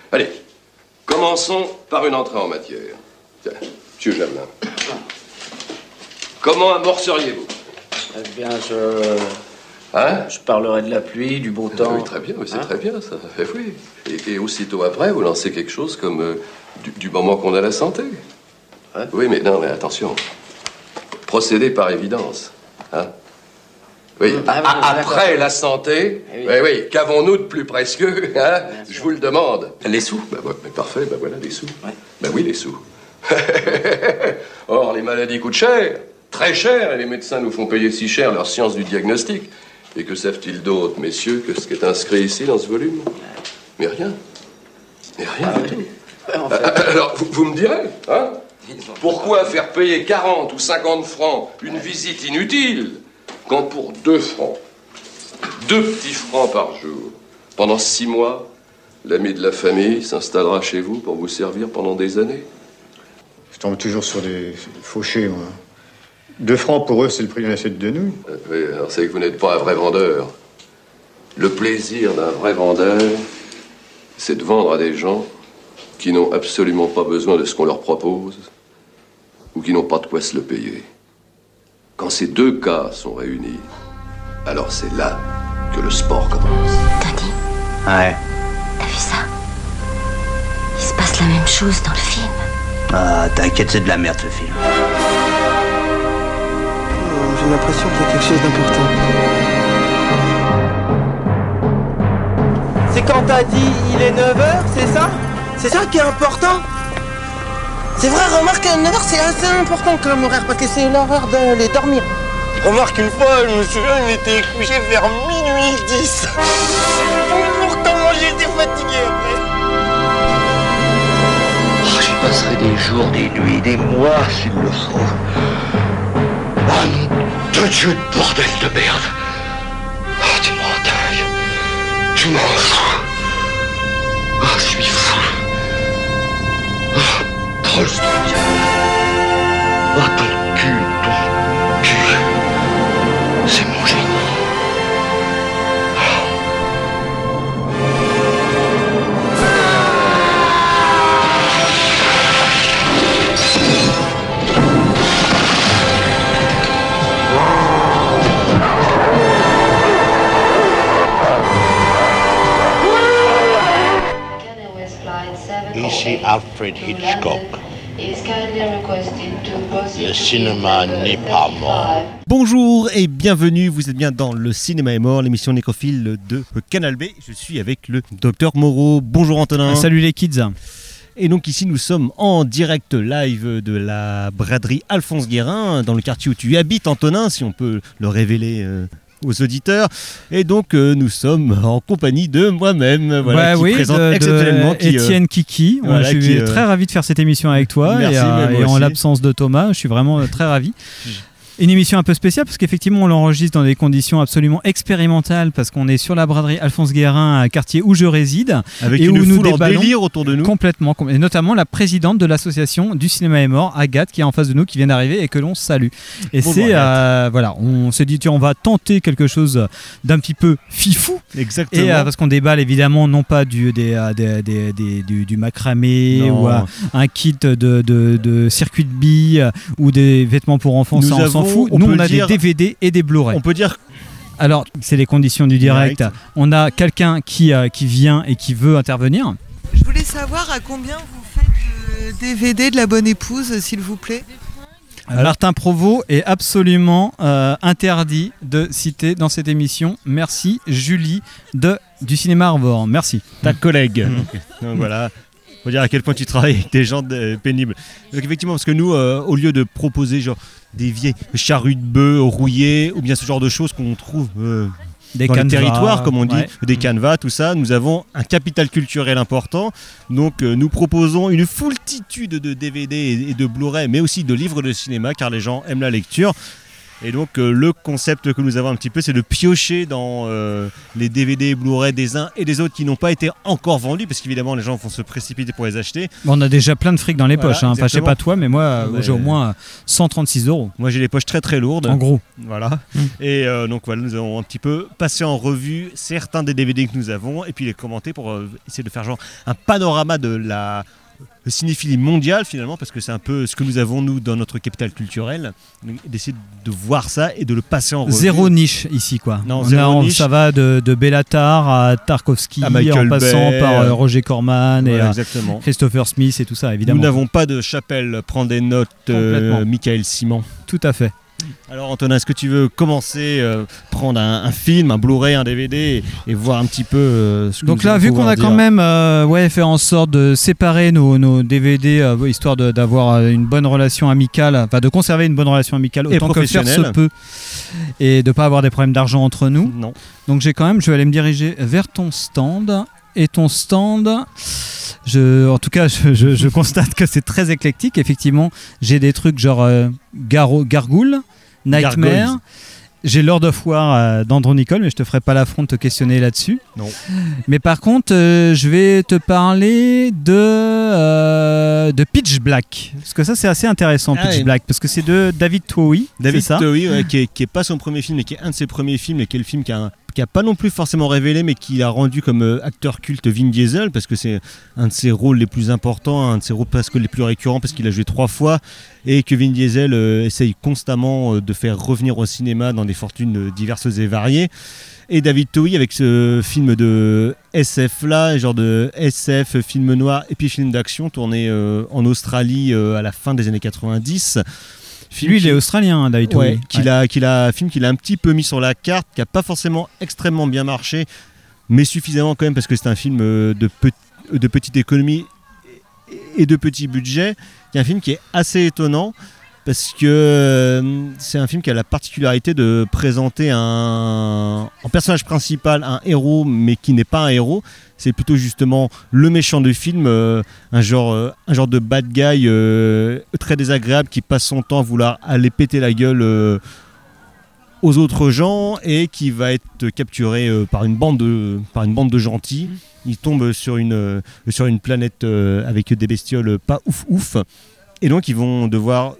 Allez, commençons par une entrée en matière. Tiens, monsieur Javelin. Comment amorceriez-vous? Eh bien, je parlerai de la pluie, du beau temps. Oui, très bien, c'est très bien, ça. Oui. Et aussitôt après, vous lancez quelque chose comme du moment qu'on a la santé. Ouais. Oui, mais non, mais attention. Procédez par évidence. Hein? Oui, après la santé, oui. Qu'avons-nous de plus précieux, hein? Je vous le demande. Les sous. Mais parfait, voilà, les sous. Ouais. Oui, les sous. Or, les maladies coûtent cher, très cher, et les médecins nous font payer si cher leur science du diagnostic. Et que savent-ils d'autre, messieurs, que ce qui est inscrit ici dans ce volume? Mais rien. Mais rien du tout. Ouais, en fait. Alors, vous me direz, hein? Pourquoi faire payer 40 ou 50 francs une visite inutile quand pour 2 francs, 2 petits francs par jour, pendant 6 mois, l'ami de la famille s'installera chez vous pour vous servir pendant des années? Je tombe toujours sur des fauchés, moi. 2 francs pour eux, c'est le prix d'une assiette de nouilles. Oui, alors c'est que vous n'êtes pas un vrai vendeur. Le plaisir d'un vrai vendeur, c'est de vendre à des gens qui n'ont absolument pas besoin de ce qu'on leur propose ou qui n'ont pas de quoi se le payer. Quand ces 2 cas sont réunis, alors c'est là que le sport commence. Tony. Ouais. T'as vu ça? Il se passe la même chose dans le film. Ah, t'inquiète, c'est de la merde ce film. J'ai l'impression qu'il y a quelque chose d'important. C'est quand t'as dit il est 9h, c'est ça? C'est ça qui est important? C'est vrai, remarque, 9h c'est assez important comme horaire parce que c'est l'heure d'aller dormir. Remarque, une fois, je me souviens, il était couché vers minuit 10. Pourtant, moi j'étais fatigué après. Oh, j'y passerai des jours, des nuits, des mois s'il le faut. Ah non, de Dieu de bordel de merde. Ah, tu m'en dingue. Tu m'en fous. Ah, je suis fou. Ah, Prost. Ah, ton cul. C'est mon génie. Ici Alfred Hitchcock. Le cinéma n'est pas mort. Bonjour et bienvenue, vous êtes bien dans Le Cinéma est mort, l'émission nécrophile de Canal B. Je suis avec le Docteur Moreau. Bonjour Antonin. Salut les kids. Et donc ici nous sommes en direct live de la braderie Alphonse Guérin, dans le quartier où tu habites Antonin, si on peut le révéler aux auditeurs. Et donc nous sommes en compagnie de moi-même, qui présente exceptionnellement Étienne Kiki. Je suis très ravi de faire cette émission avec toi. Merci, et en l'absence de Thomas, je suis vraiment très ravi. Une émission un peu spéciale parce qu'effectivement on l'enregistre dans des conditions absolument expérimentales parce qu'on est sur la braderie Alphonse Guérin, un quartier où je réside. Avec et une où foule nous en délire autour de nous. Complètement. Et notamment la présidente de l'association du cinéma est mort, Agathe, qui est en face de nous, qui vient d'arriver et que l'on salue. Et Bonjour, c'est, voilà, on s'est dit, tiens, on va tenter quelque chose d'un petit peu fifou. Exactement. Et parce qu'on déballe évidemment non pas du macramé ou un kit de circuit de billes ou des vêtements pour enfants, ça on s'en fout. Nous on a des DVD et des Blu-ray. On peut dire. Alors, c'est les conditions du direct. On a quelqu'un qui vient et qui veut intervenir. Je voulais savoir à combien vous faites le DVD de La Bonne Épouse, s'il vous plaît. Martin Provost est absolument interdit de citer dans cette émission. Merci Julie du Cinéma Arvor. Merci. Ta collègue. Donc voilà. Faut dire à quel point tu travailles avec des gens pénibles. Donc effectivement, parce que nous, au lieu de proposer genre des vieilles charrues de bœufs rouillées ou bien ce genre de choses qu'on trouve dans les territoires, comme on dit, des canevas, tout ça, nous avons un capital culturel important. Donc nous proposons une foultitude de DVD et de Blu-ray, mais aussi de livres de cinéma, car les gens aiment la lecture. Et donc le concept que nous avons un petit peu, c'est de piocher dans les DVD et Blu-ray des uns et des autres qui n'ont pas été encore vendus, parce qu'évidemment les gens vont se précipiter pour les acheter. Bon, on a déjà plein de fric dans les poches, hein. Enfin, je sais pas toi, mais moi j'ai au moins 136 €. Moi j'ai les poches très très lourdes. En gros. Voilà. Et donc voilà, nous avons un petit peu passé en revue certains des DVD que nous avons et puis les commenter pour essayer de faire genre un panorama de la cinéphilie mondiale finalement, parce que c'est un peu ce que nous avons nous dans notre capitale culturelle, d'essayer de voir ça et de le passer en revue. Zéro niche ici quoi. Non, zéro niche. Ça va de Bellatar à Tarkovsky, en passant par Roger Corman et Christopher Smith et tout ça évidemment. Nous n'avons pas de chapelle, prends des notes, Michael Simon. Tout à fait. Alors Antonin, est-ce que tu veux commencer, prendre un film, un Blu-ray, un DVD et voir un petit peu ce que donc là, vu qu'on a quand même fait en sorte de séparer nos DVD, histoire d'avoir une bonne relation amicale, enfin de conserver une bonne relation amicale autant que faire se peut, et de ne pas avoir des problèmes d'argent entre nous. Non. Donc je vais aller me diriger vers ton stand. Et ton stand, en tout cas, je constate que c'est très éclectique. Effectivement, j'ai des trucs genre Gargoule, Nightmare. Gargoyles. J'ai Lord of War d'Andronicoll, mais je te ferai pas l'affront de te questionner là-dessus. Non. Mais par contre, je vais te parler de Pitch Black. Parce que ça, c'est assez intéressant, Pitch Black. Parce que c'est de David Towie. David Towie, qui est pas son premier film, mais qui est un de ses premiers films, et qui est le film qui a pas non plus forcément révélé, mais qui a rendu comme acteur culte Vin Diesel, parce que c'est un de ses rôles les plus importants, un de ses rôles presque les plus récurrents, parce qu'il a joué 3 fois, et que Vin Diesel essaye constamment de faire revenir au cinéma dans des fortunes diverses et variées. Et David Towie, avec ce film de SF là, genre de SF, film noir et puis film d'action, tourné en Australie à la fin des années 90. Lui, il est australien, David Towie. Film qu'il a un petit peu mis sur la carte, qui n'a pas forcément extrêmement bien marché, mais suffisamment quand même, parce que c'est un film de petite économie et de petit budget. Il y a un film qui est assez étonnant, parce que c'est un film qui a la particularité de présenter en personnage principal un héros, mais qui n'est pas un héros. C'est plutôt justement le méchant du film, un genre de bad guy très désagréable, qui passe son temps à vouloir aller péter la gueule aux autres gens, et qui va être capturé par une bande de gentils. Il tombe sur une planète avec des bestioles pas ouf, et donc ils vont devoir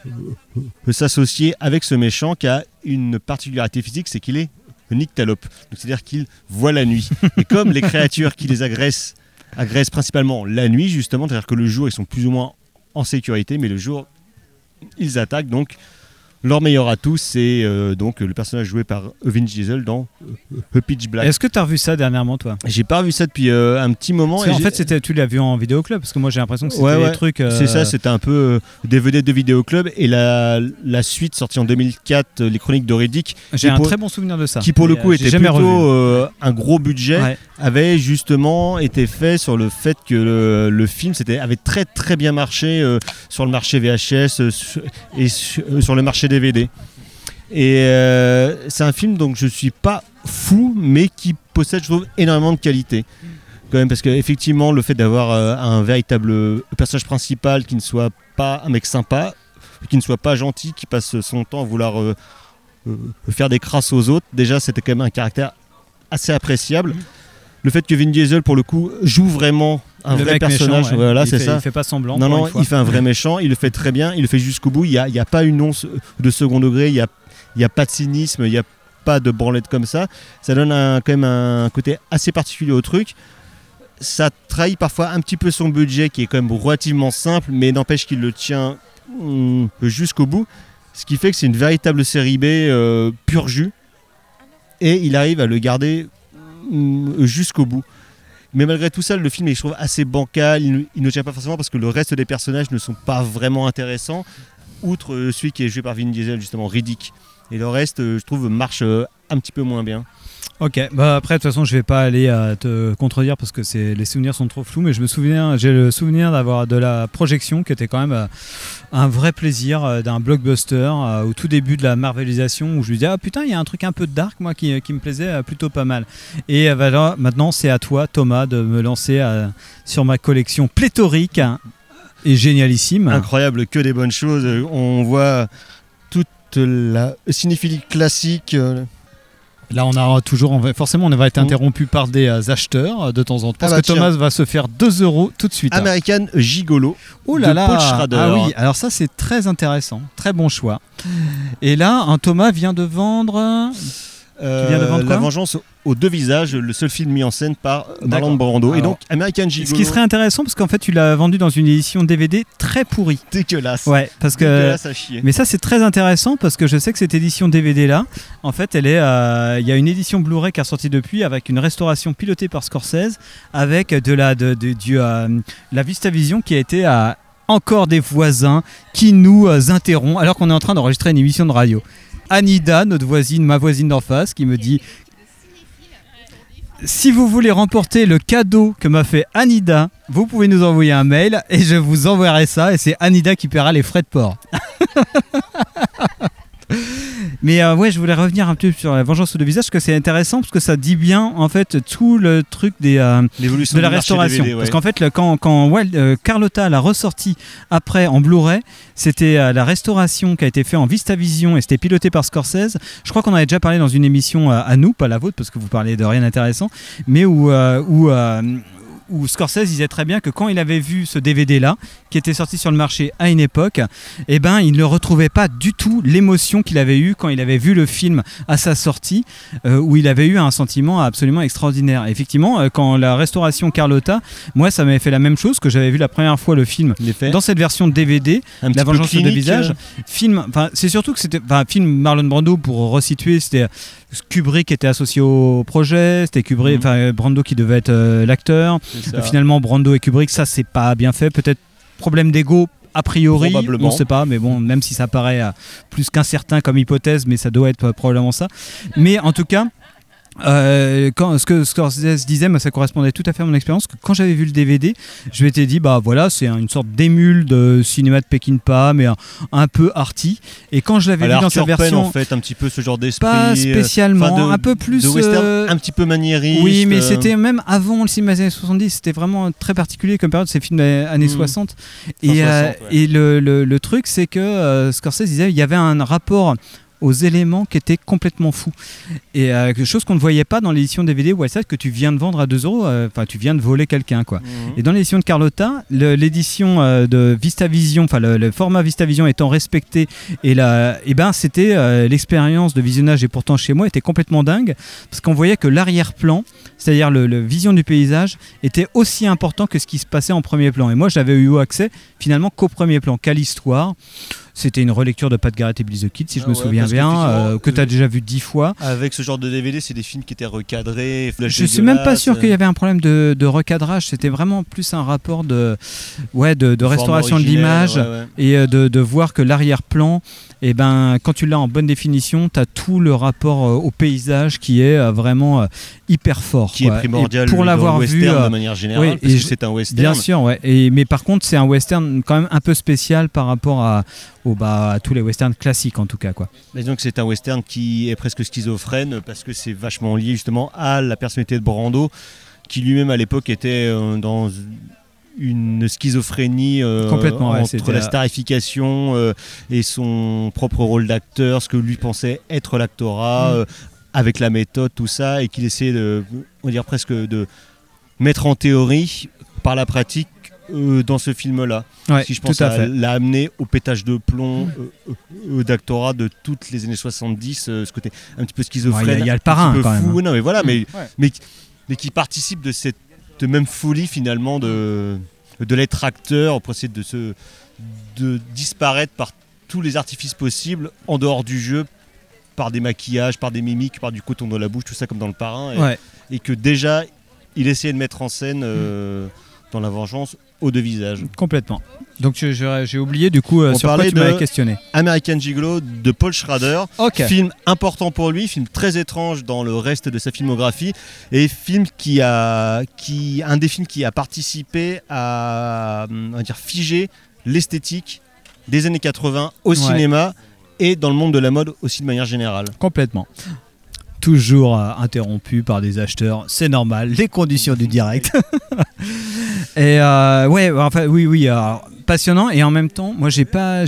s'associer avec ce méchant qui a une particularité physique, c'est qu'il est nyctalope, donc c'est-à-dire qu'il voit la nuit. Et comme les créatures qui les agressent principalement la nuit, justement, c'est-à-dire que le jour ils sont plus ou moins en sécurité, mais le jour ils attaquent. Donc leur meilleur atout, c'est donc le personnage joué par Vin Diesel dans Pitch Black. Est-ce que tu as revu ça dernièrement, toi ? J'ai pas revu ça depuis un petit moment. En fait, tu l'as vu en vidéoclub, parce que moi j'ai l'impression que c'était des trucs. C'est ça, c'était un peu DVD de vidéoclub, et la suite sortie en 2004, Les Chroniques de Riddick. J'ai un très bon souvenir de ça. Qui pour le coup était plutôt un gros budget, avait justement été fait sur le fait que le film avait très très bien marché sur le marché VHS et sur le marché DVD. Et c'est un film dont je suis pas fou, mais qui possède, je trouve, énormément de qualité quand même, parce qu'effectivement le fait d'avoir un véritable personnage principal qui ne soit pas un mec sympa, qui ne soit pas gentil, qui passe son temps à vouloir faire des crasses aux autres, déjà c'était quand même un caractère assez appréciable. Le fait que Vin Diesel pour le coup joue vraiment un vrai personnage, méchant, voilà, il fait pas semblant. Non, il fait un vrai méchant, il le fait très bien, il le fait jusqu'au bout, il y a pas une once de second degré, il y a pas de cynisme, il y a pas de branlette comme ça. Ça donne quand même un côté assez particulier au truc. Ça trahit parfois un petit peu son budget, qui est quand même relativement simple, mais n'empêche qu'il le tient jusqu'au bout, ce qui fait que c'est une véritable série B pur jus, et il arrive à le garder jusqu'au bout. Mais malgré tout ça, le film est, je trouve, assez bancal. Il ne tient pas forcément parce que le reste des personnages ne sont pas vraiment intéressants, outre celui qui est joué par Vin Diesel, justement, Riddick. Et le reste, je trouve, marche un petit peu moins bien. Ok, après de toute façon je vais pas aller te contredire parce que les souvenirs sont trop flous, mais j'ai le souvenir d'avoir de la projection qui était quand même un vrai plaisir, d'un blockbuster au tout début de la marvelisation, où je me disais putain, il y a un truc un peu dark moi qui me plaisait plutôt pas mal. Et maintenant c'est à toi, Thomas, de me lancer sur ma collection pléthorique et génialissime. Incroyable, que des bonnes choses. On voit la cinéphilie classique. Là, on va être interrompu par des acheteurs de temps en temps. Parce que Thomas va se faire 2 € tout de suite. American Gigolo. Oh là de là. Paul Schrader. Ah oui, alors ça, c'est très intéressant. Très bon choix. Et là, un Thomas vient de vendre. Tu viens de vendre quoi ? La Vengeance aux 2 visages, le seul film mis en scène par Marlon Brando. Alors, et donc American Gigolo. Ce qui serait intéressant, parce qu'en fait, tu l'as vendu dans une édition DVD très pourrie. Dégueulasse. Ouais, parce que. Dégueulasse à chier. Mais ça, c'est très intéressant parce que je sais que cette édition DVD là, en fait, il y a une édition Blu-ray qui est sortie depuis avec une restauration pilotée par Scorsese, avec la VistaVision qui a été à encore des voisins qui nous interrompent alors qu'on est en train d'enregistrer une émission de radio. Anida, notre voisine, ma voisine d'en face, qui me dit: si vous voulez remporter le cadeau que m'a fait Anida, vous pouvez nous envoyer un mail et je vous enverrai ça, et c'est Anida qui paiera les frais de port. Mais ouais, je voulais revenir un peu sur la Vengeance aux 2 visages, parce que c'est intéressant, parce que ça dit bien en fait tout le truc l'évolution de la du marché restauration. DVD, ouais. Parce qu'en fait, quand Carlotta l'a ressorti après en Blu-ray, c'était la restauration qui a été faite en VistaVision et c'était piloté par Scorsese. Je crois qu'on en avait déjà parlé dans une émission à nous, pas la vôtre, parce que vous parlez de rien d'intéressant, mais où Scorsese disait très bien que quand il avait vu ce DVD-là, qui était sorti sur le marché à une époque, eh ben, il ne retrouvait pas du tout l'émotion qu'il avait eue quand il avait vu le film à sa sortie, où il avait eu un sentiment absolument extraordinaire. Et effectivement, quand la restauration Carlotta, moi, ça m'avait fait la même chose, que j'avais vu la première fois le film dans cette version DVD, La Vengeance aux 2 visages. C'est surtout que c'était un film Marlon Brando, pour resituer, c'était Kubrick était associé au projet, c'était Kubrick, Brando qui devait être l'acteur. Finalement, Brando et Kubrick, ça c'est pas bien fait. Peut-être problème d'ego a priori, on ne sait pas, mais bon, même si ça paraît plus qu'incertain comme hypothèse, mais ça doit être probablement ça. Mais en tout cas, ce que Scorsese disait, ça correspondait tout à fait à mon expérience. Quand j'avais vu le DVD, je m'étais dit bah voilà, c'est une sorte d'émule de cinéma de Peckinpah, mais un peu arty. Et quand je l'avais vu dans sa version, en fait, un petit peu ce genre d'esprit, pas spécialement, un peu plus de western, un petit peu maniériste. Oui, mais c'était même avant le cinéma des années 70. C'était vraiment très particulier comme période, ces films des années 60. Et le truc, c'est que Scorsese disait il y avait un rapport aux éléments qui étaient complètement fous, et quelque chose qu'on ne voyait pas dans l'édition DVD où elle sait que tu viens de vendre à 2 €, tu viens de voler quelqu'un quoi. Et dans l'édition de Carlotta, l'édition de VistaVision, le format VistaVision étant respecté, et c'était l'expérience de visionnage, et pourtant chez moi était complètement dingue, parce qu'on voyait que l'arrière-plan, c'est-à-dire le vision du paysage, était aussi important que ce qui se passait en premier plan. Et moi j'avais eu accès finalement qu'au premier plan, qu'à l'histoire. C'était une relecture de Pat Garrett et Billy the Kid, si je me souviens bien, que tu as déjà vu 10 fois. Avec ce genre de DVD, c'est des films qui étaient recadrés. Je ne suis même pas sûr qu'il y avait un problème de recadrage. C'était vraiment plus un rapport de restauration de l'image, et de voir que l'arrière-plan, et quand tu l'as en bonne définition, tu as tout le rapport au paysage qui est vraiment hyper fort. Qui est primordial pour l'avoir vu de manière générale, parce que c'est un western. Bien sûr, ouais. Mais par contre, c'est un western quand même un peu spécial par rapport à tous les westerns classiques en tout cas quoi. Mais donc c'est un western qui est presque schizophrène, parce que c'est vachement lié justement à la personnalité de Brando, qui lui-même à l'époque était dans une schizophrénie entre la starification et son propre rôle d'acteur, ce que lui pensait être l'actorat, avec la méthode, tout ça, et qu'il essayait presque de mettre en théorie par la pratique dans ce film-là. Ouais, si je pense l'a amené au pétage de plomb d'actorat de toutes les années 70, ce côté un petit peu schizophrène, il y a le parrain, un petit peu quand fou, même. Non, mais voilà, mais qui participe de cette même folie finalement de l'être acteur, pour essayer de disparaître par tous les artifices possibles en dehors du jeu, par des maquillages, par des mimiques, par du coton dans la bouche, tout ça comme dans Le Parrain, et que déjà il essayait de mettre en scène dans La Vengeance aux 2 visages. Complètement. Donc j'ai oublié du coup sur quoi tu m'avais questionné. American Gigolo de Paul Schrader, film important pour lui, film très étrange dans le reste de sa filmographie, et film un des films qui a participé à figer l'esthétique des années 80 au cinéma et dans le monde de la mode aussi de manière générale. Complètement. Toujours interrompu par des acheteurs, c'est normal, les conditions du direct. Et oui. passionnant et en même temps, moi j'ai pas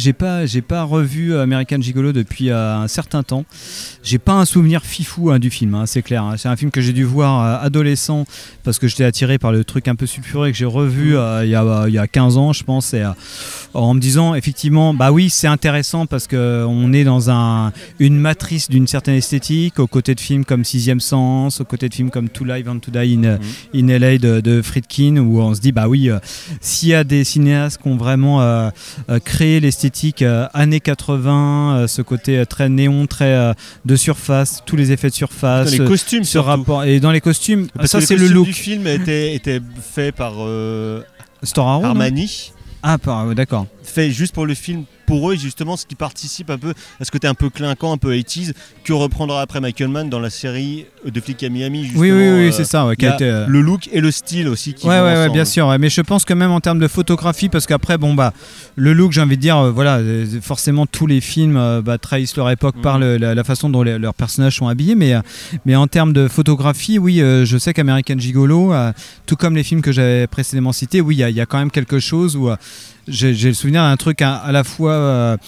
revu American Gigolo depuis un certain temps. J'ai pas un souvenir fifou du film, c'est clair. C'est un film que j'ai dû voir adolescent parce que j'étais attiré par le truc un peu sulfureux que j'ai revu il y a 15 ans, je pense, et en me disant effectivement, bah oui, c'est intéressant parce que on est dans une matrice d'une certaine esthétique, aux côtés de films comme Sixième Sens, aux côtés de films comme To Live and To Die in LA de Friedkin, où on se dit bah oui, s'il y a des cinéastes qui ont vraiment créé l'esthétique années 80, ce côté très néon, très de surface, tous les effets de surface, dans les costumes, ce rapport, et dans les costumes, parce ça que c'est le le look du film était fait par Storaro, Armani. D'accord. Fait juste pour le film, pour eux, justement, ce qui participe un peu à ce côté un peu clinquant, un peu 80s, que reprendra après Michael Mann dans la série de Flics à Miami. Justement, oui, c'est ça. Ouais, le look et le style aussi qui vont ensemble. Bien sûr. Ouais, mais je pense que même en termes de photographie, parce qu'après, le look, j'ai envie de dire, forcément, tous les films trahissent leur époque par la façon dont leurs personnages sont habillés, mais en termes de photographie, oui, je sais qu'American Gigolo, tout comme les films que j'avais précédemment cités, oui, il y a quand même quelque chose où j'ai le souvenir d'un truc à la fois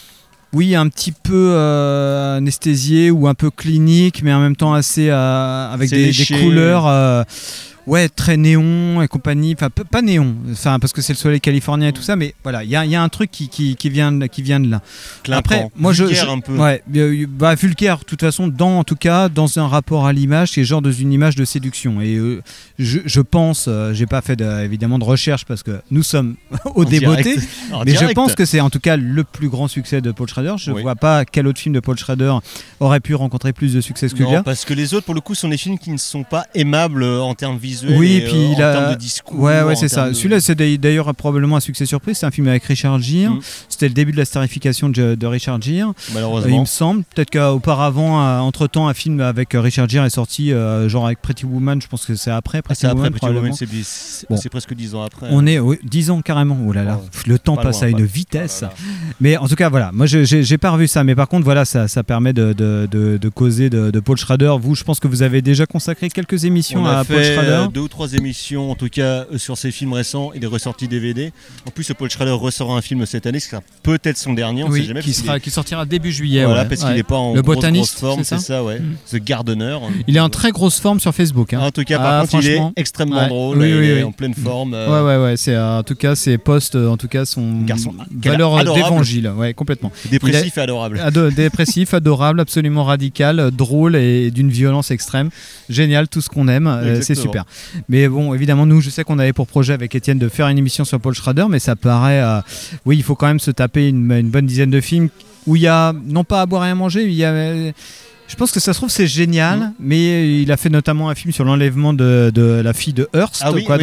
un petit peu anesthésié ou un peu clinique, mais en même temps assez avec des couleurs très néon et compagnie, enfin pas néon, parce que c'est le soleil californien et tout ça, mais voilà, il y a un truc qui vient de là. Après, moi un peu. Vulgaire, de toute façon, en tout cas dans un rapport à l'image, c'est genre dans une image de séduction. Et je pense, j'ai pas fait évidemment de recherche parce que nous sommes au débeauté, mais je pense que c'est en tout cas le plus grand succès de Paul Schrader. Je vois pas quel autre film de Paul Schrader aurait pu rencontrer plus de succès que celui-là. Parce que les autres, pour le coup, sont des films qui ne sont pas aimables en termes visuels. Oui, puis en termes de discours. Ouais, c'est ça. Celui-là, c'est d'ailleurs probablement un succès surprise. C'est un film avec Richard Gere. C'était le début de la starification de Richard Gere. Malheureusement. Il me semble. Peut-être qu'auparavant, entre-temps, un film avec Richard Gere est sorti, genre avec Pretty Woman. Je pense que c'est après. Pretty Woman, c'est presque 10 ans après. On est 10 ans carrément. Oh là là. Le temps passe à une vitesse. Mais en tout cas, voilà. Moi, j'ai pas revu ça. Mais par contre, voilà, ça permet de causer de Paul Schrader. Vous, je pense que vous avez déjà consacré quelques émissions à Paul Schrader. 2 ou 3 émissions en tout cas sur ses films récents et des ressorties DVD. En plus, Paul Schrader ressort un film cette année, ce sera peut-être son dernier, on sait jamais. Qui sortira début juillet. Voilà, parce qu'il n'est pas en grosse forme, c'est ça, The Gardener. Il est en très grosse forme sur Facebook. En tout cas, par contre, il est extrêmement drôle, il est en pleine forme. C'est en tout cas ses posts, en tout cas son valeur d'évangile, complètement. Dépressif et adorable. Dépressif, adorable, absolument radical, drôle et d'une violence extrême. Génial, tout ce qu'on aime, c'est super. Mais bon, évidemment, nous, je sais qu'on avait pour projet avec Étienne de faire une émission sur Paul Schrader, mais ça paraît... il faut quand même se taper une bonne dizaine de films où il y a, non pas à boire et à manger, il y a... Je pense que ça se trouve c'est génial, mais il a fait notamment un film sur l'enlèvement de la fille de Hearst,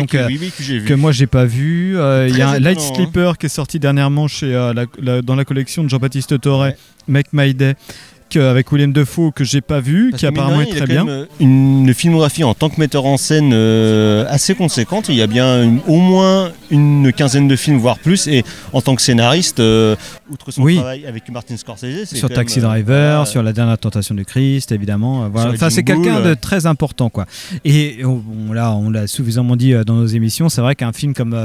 que moi j'ai pas vu. Il y a un Light Sleeper qui est sorti dernièrement dans la collection de Jean-Baptiste Torret, Make My Day, avec William Dafoe, que j'ai pas vu, qui apparemment est très bien. Une filmographie en tant que metteur en scène assez conséquente. Il y a bien au moins une quinzaine de films, voire plus. Et en tant que scénariste, outre son travail avec Martin Scorsese, sur Taxi Driver, sur La Dernière Tentation de Christ, évidemment. Voilà. Enfin, c'est quelqu'un de très important, quoi. Et on l'a suffisamment dit dans nos émissions. C'est vrai qu'un film comme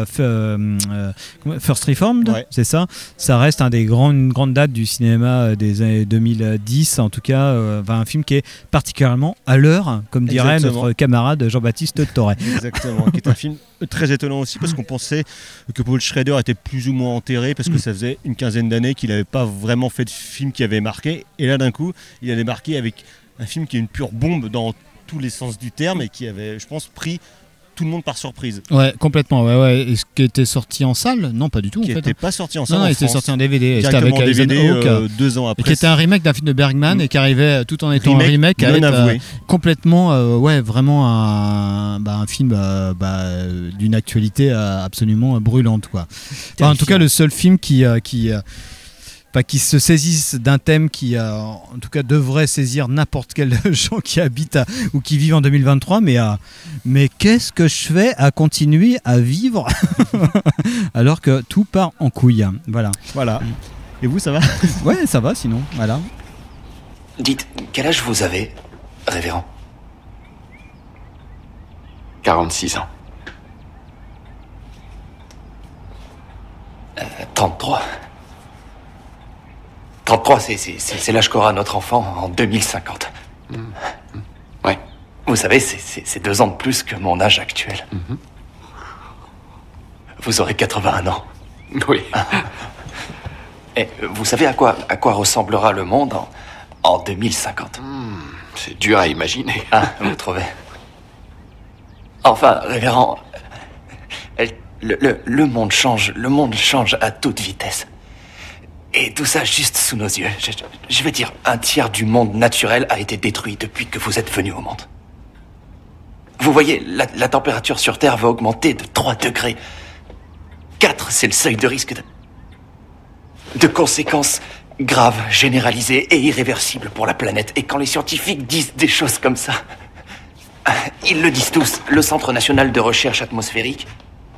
First Reformed, c'est ça reste une grande date du cinéma des années 2010. En tout cas, un film qui est particulièrement à l'heure, comme dirait notre camarade Jean-Baptiste Torret. Exactement, qui est un film très étonnant aussi, parce qu'on pensait que Paul Schrader était plus ou moins enterré, parce que ça faisait une quinzaine d'années qu'il n'avait pas vraiment fait de film qui avait marqué, et là d'un coup, il a démarqué avec un film qui est une pure bombe dans tous les sens du terme, et qui avait, je pense, pris tout le monde par surprise. Ouais, complètement. Et ce qui était sorti en salle, non, pas du tout. Qui n'était pas sorti en salle. Non, il était sorti en DVD. C'était avec DVD 2 ans après. Qui était un remake d'un film de Bergman et qui arrivait tout en étant un remake à être complètement, vraiment un film d'une actualité absolument brûlante, quoi. En tout cas, le seul film qui se saisissent d'un thème qui, en tout cas, devrait saisir n'importe quel gens qui habitent ou qui vivent en 2023. Mais qu'est-ce que je fais à continuer à vivre alors que tout part en couille. Voilà. Et vous, ça va? Ouais, ça va sinon. Voilà. Dites, quel âge vous avez, révérend? 46 ans. 33. 33, c'est l'âge qu'aura notre enfant en 2050. Ouais. Vous savez, c'est 2 ans de plus que mon âge actuel. Vous aurez 81 ans. Oui. Et vous savez à quoi ressemblera le monde en 2050? C'est dur à imaginer. Ah, vous trouvez? Enfin, révérend, le monde change à toute vitesse. Et tout ça juste sous nos yeux. Je vais dire, 1/3 du monde naturel a été détruit depuis que vous êtes venu au monde. Vous voyez, la température sur Terre va augmenter de 3 degrés. 4, c'est le seuil de risque de conséquences graves, généralisées et irréversibles pour la planète. Et quand les scientifiques disent des choses comme ça, ils le disent tous. Le Centre national de recherche atmosphérique,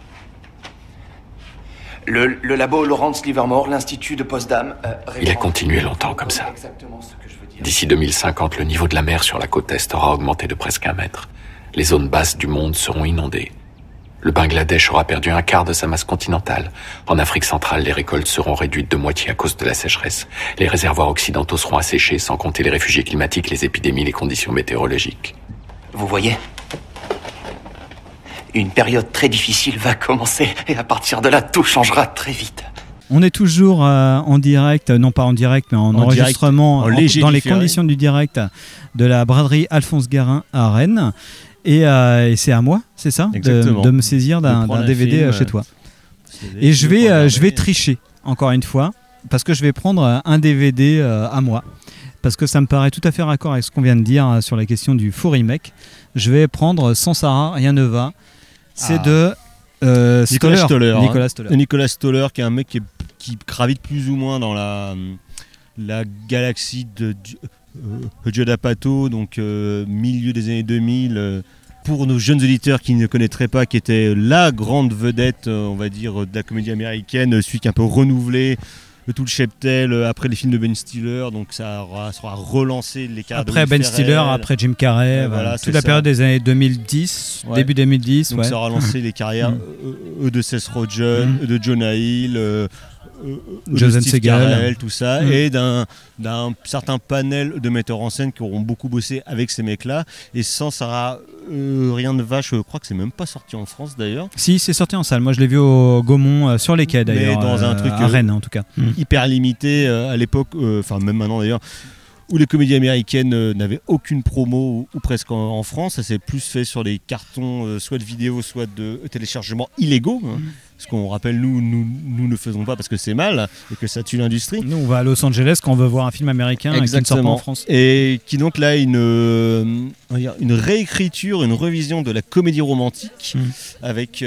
le labo Lawrence Livermore, l'Institut de Potsdam... Il a continué longtemps comme ça. D'ici 2050, le niveau de la mer sur la côte est aura augmenté de presque 1 mètre. Les zones basses du monde seront inondées. Le Bangladesh aura perdu 1/4 de sa masse continentale. En Afrique centrale, les récoltes seront réduites de moitié à cause de la sécheresse. Les réservoirs occidentaux seront asséchés, sans compter les réfugiés climatiques, les épidémies, les conditions météorologiques. Vous voyez ? Une période très difficile va commencer, et à partir de là, tout changera très vite. On est toujours en direct, non pas en direct, mais en enregistrement, dans les conditions du direct de la braderie Alphonse Garin à Rennes. Et c'est à moi, c'est ça, de me saisir d'un DVD chez toi. Et je vais tricher, encore une fois, parce que je vais prendre un DVD à moi. Parce que ça me paraît tout à fait raccord avec ce qu'on vient de dire sur la question du faux remake. Je vais prendre Sans Sarah, rien ne va. C'est de Nicolas Stoller. Nicolas Stoller, qui est un mec qui gravite plus ou moins dans la galaxie de Judd Apatow, donc milieu des années 2000. Pour nos jeunes auditeurs qui ne connaîtraient pas, qui était la grande vedette, on va dire, de la comédie américaine, celui qui a un peu renouvelé tout le cheptel après les films de Ben Stiller, donc ça aura relancé les carrières après Ben Stiller, après Jim Carrey, voilà, toute la période des années 2010, début 2010. Donc ça aura lancé les carrières de Seth Rogen, de Jonah Hill, Jason Segel, tout ça, et d'un certain panel de metteurs en scène qui auront beaucoup bossé avec ces mecs-là. Et sans Sarah, rien de vache, je crois que c'est même pas sorti en France d'ailleurs. Si, c'est sorti en salle. Moi, je l'ai vu au Gaumont sur les quais d'ailleurs. Mais dans un truc à Rennes en tout cas. Hyper limité à l'époque, enfin même maintenant d'ailleurs, où les comédies américaines n'avaient aucune promo ou presque en France. Ça s'est plus fait sur les cartons, soit de vidéos, soit de téléchargements illégaux. Ce qu'on rappelle, nous ne faisons pas parce que c'est mal et que ça tue l'industrie. Nous, on va à Los Angeles quand on veut voir un film américain qui ne sort pas en France. Et qui donc là une réécriture, une revision de la comédie romantique avec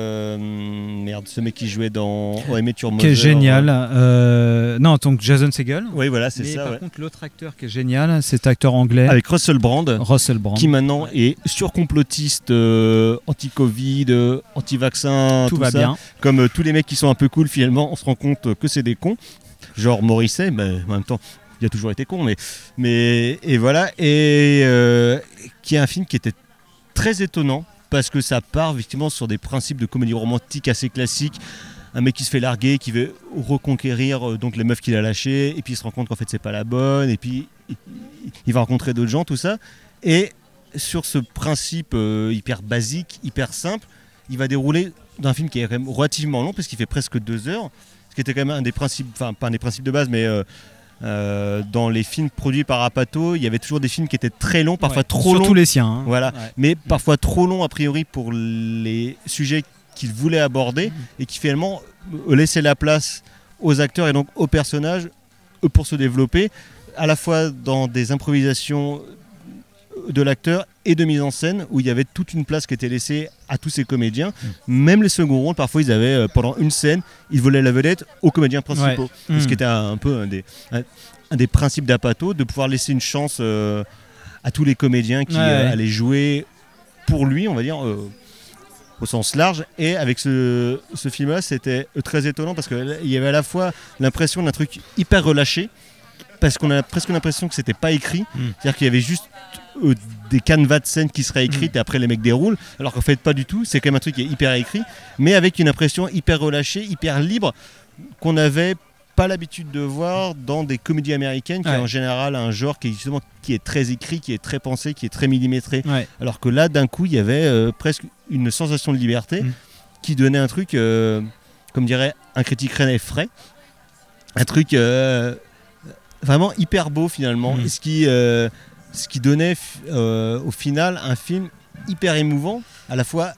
ce mec qui jouait dans I Met Your Mother. Qui est génial. Non, donc Jason Segel. Oui, voilà, c'est ça. Par contre, l'autre acteur qui est génial, c'est acteur anglais. Avec Russell Brand. Qui maintenant est surcomplotiste, anti-Covid, anti-vaccin, tout va ça. Bien. Comme tous les mecs qui sont un peu cool, finalement, on se rend compte que c'est des cons. Genre Morrissey, mais en même temps, il a toujours été con. Et voilà. Et qui est un film qui était très étonnant parce que ça part effectivement sur des principes de comédie romantique assez classiques. Un mec qui se fait larguer, qui veut reconquérir donc les meufs qu'il a lâchées, et puis il se rend compte qu'en fait c'est pas la bonne, et puis il va rencontrer d'autres gens, tout ça. Et sur ce principe hyper basique, hyper simple, il va dérouler d'un film qui est quand même relativement long, parce qu'il fait presque 2 heures, ce qui était quand même un des principes, enfin pas un des principes de base, mais dans les films produits par Apatow, il y avait toujours des films qui étaient très longs, parfois trop longs. Surtout les siens. Voilà, mais parfois trop longs a priori pour les sujets qu'il voulait aborder, et qui finalement laissait la place aux acteurs et donc aux personnages pour se développer, à la fois dans des improvisations de l'acteur et de mise en scène, où il y avait toute une place qui était laissée à tous ces comédiens. Même les seconds rôles, parfois ils avaient, pendant une scène, ils volaient la vedette aux comédiens principaux. Ce qui était un peu un des principes d'Apatow, de pouvoir laisser une chance à tous les comédiens qui allaient jouer pour lui, on va dire, au sens large. Et avec ce film-là, c'était très étonnant, parce qu'il y avait à la fois l'impression d'un truc hyper relâché, parce qu'on a presque l'impression que c'était pas écrit, c'est-à-dire qu'il y avait juste des canevas de scènes qui seraient écrites et après les mecs déroulent, alors qu'en fait pas du tout, c'est quand même un truc qui est hyper écrit, mais avec une impression hyper relâchée, hyper libre, qu'on n'avait pas l'habitude de voir dans des comédies américaines, qui est en général un genre qui est très écrit, qui est très pensé, qui est très millimétré. Ouais. Alors que là, d'un coup, il y avait presque une sensation de liberté qui donnait un truc, comme dirait un critique rennais frais, un truc vraiment hyper beau finalement, et ce qui donnait au final un film hyper émouvant, à la fois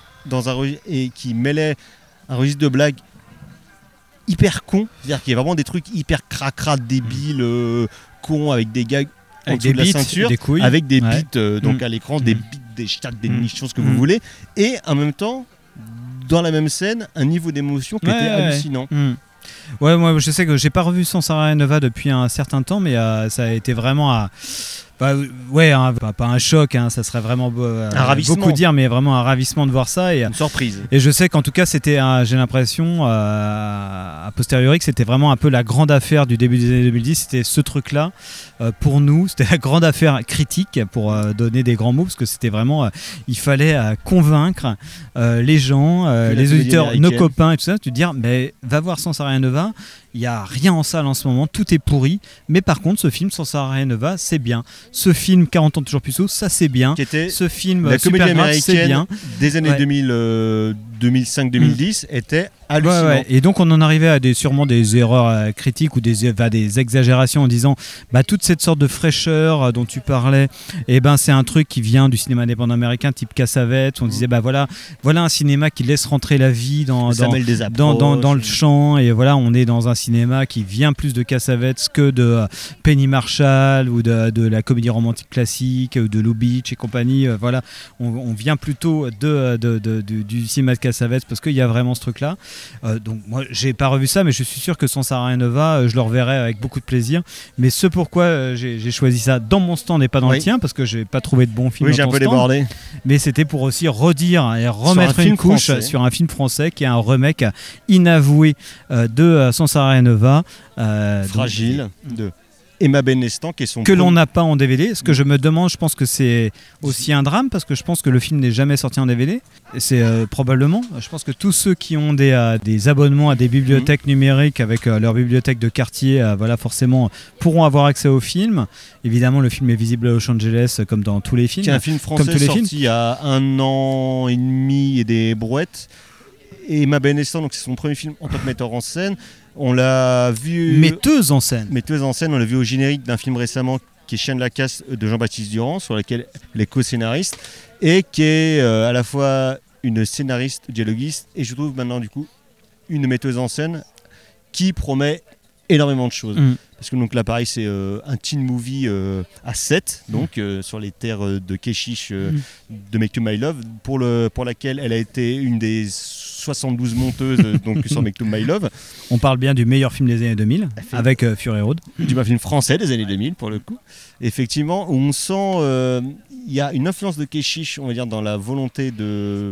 et qui mêlait un registre de blagues hyper con, c'est-à-dire qu'il y a vraiment des trucs hyper cracra, débiles, cons, avec des gags en dessous de la ceinture, des couilles, avec des bites donc à l'écran, des bites, des chattes, des nichons, ce que vous voulez, et en même temps, dans la même scène, un niveau d'émotion qui était hallucinant. Ouais, moi je sais que j'ai pas revu Sans Arrêt Nova depuis un certain temps, mais ça a été vraiment pas un choc, ça serait vraiment un ravissement. Beaucoup dire, mais vraiment un ravissement de voir ça, et une surprise. Et je sais qu'en tout cas c'était, j'ai l'impression a posteriori que c'était vraiment un peu la grande affaire du début des années 2010. C'était ce truc-là pour nous, c'était la grande affaire critique, pour donner des grands mots, parce que c'était vraiment il fallait convaincre les gens, les auditeurs, nos copains et tout ça, te dire mais va voir Sans Arrêt Nova. Il n'y a rien en salle en ce moment, tout est pourri. Mais par contre, ce film Sans Arrêt Nova, c'est bien. Ce film 40 ans toujours plus tôt, ça c'est bien. Ce film la comédie américaine c'est bien. Des années 2005-2010 était hallucinant. Ouais. Et donc on en arrivait à sûrement des erreurs critiques ou des exagérations en disant toute cette sorte de fraîcheur dont tu parlais, c'est un truc qui vient du cinéma indépendant américain type Cassavetes. On disait voilà un cinéma qui laisse rentrer la vie dans le champ, et voilà, on est dans un cinéma qui vient plus de Cassavetes que de Penny Marshall ou de la comédie romantique classique ou de Lou Beach et compagnie. Voilà, on vient plutôt du cinéma de Cassavetes, parce qu'il y a vraiment ce truc là. Donc moi j'ai pas revu ça, mais je suis sûr que Sans Arrêt Nova, je le reverrai avec beaucoup de plaisir. Mais ce pourquoi j'ai choisi ça dans mon stand et pas dans le tien, parce que j'ai pas trouvé de bon film. Oui, j'ai un peu débordé. Mais c'était pour aussi redire et remettre une couche sur un film français qui est un remake inavoué de Sans Arrêt Nova, Fragile de Emma Benestan, qui est son que l'on n'a pas en DVD. Ce que je me demande, je pense que c'est aussi un drame, parce que je pense que le film n'est jamais sorti en DVD. Et c'est probablement, je pense que tous ceux qui ont des abonnements à des bibliothèques numériques avec leur bibliothèque de quartier, forcément pourront avoir accès au film. Évidemment, le film est visible à Los Angeles comme dans tous les films. C'est un film français sorti il y a 1 an et demi et des brouettes. Et Emma Benestan, donc c'est son premier film en tant que metteur en scène. On l'a vu. Metteuse en scène, on l'a vu au générique d'un film récemment qui est Chien de la casse de Jean-Baptiste Durand, sur lequel elle est co-scénariste, et qui est à la fois une scénariste, dialoguiste, et je trouve maintenant du coup une metteuse en scène qui promet énormément de choses. Parce que donc là pareil, c'est un teen movie à 7, donc sur les terres de Keshish de Make to My Love, pour laquelle elle a été une des 72 monteuses donc sur Make to My Love. On parle bien du meilleur film des années 2000 avec Fury Road, du film français des années 2000 pour le coup. Effectivement, où on sent il y a une influence de Keshish, on va dire, dans la volonté de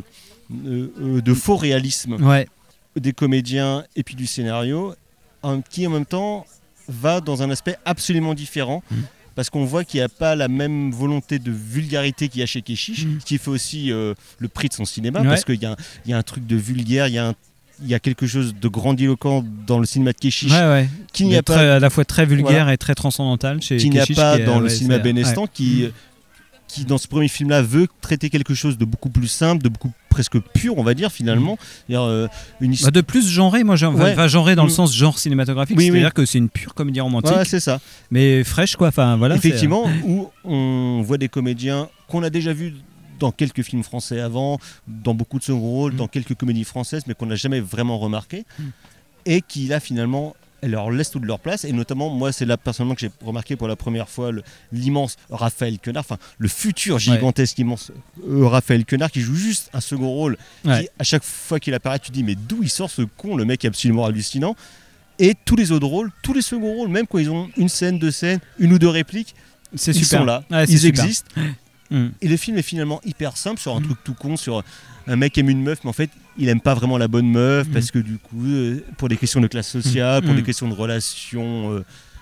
faux réalisme des comédiens et puis du scénario, qui en même temps va dans un aspect absolument différent, parce qu'on voit qu'il n'y a pas la même volonté de vulgarité qu'il y a chez Keshish, ce qui fait aussi le prix de son cinéma, parce qu'il y a un truc de vulgaire, il y a quelque chose de grandiloquent dans le cinéma de Keshish, qui n'y a pas, à la fois très vulgaire et très transcendantal chez qui Keshish, n'y a pas dans le cinéma Benestan, qui dans ce premier film-là veut traiter quelque chose de beaucoup plus simple, de beaucoup presque pur, on va dire finalement. Une histoire de plus genré, moi genré dans le sens genre cinématographique, c'est-à-dire que c'est une pure comédie romantique. C'est ça. Mais fraîche quoi. Enfin voilà. Effectivement, où on voit des comédiens qu'on a déjà vus dans quelques films français avant, dans beaucoup de second rôles, dans quelques comédies françaises, mais qu'on n'a jamais vraiment remarqué, et qui là finalement leur laisse toute leur place. Et notamment, moi, c'est là personnellement que j'ai remarqué pour la première fois l'immense Raphaël Quenard, enfin le futur gigantesque immense Raphaël Quenard, qui joue juste un second rôle, qui à chaque fois qu'il apparaît, tu te dis mais d'où il sort ce con, le mec est absolument hallucinant. Et tous les autres rôles, tous les seconds rôles, même quand ils ont une scène, 2 scènes, 1 ou 2 répliques, ils sont là, ils existent. Et le film est finalement hyper simple, sur un truc tout con, sur un mec aime une meuf, mais en fait il aime pas vraiment la bonne meuf, parce que du coup pour des questions de classe sociale, pour des questions de relations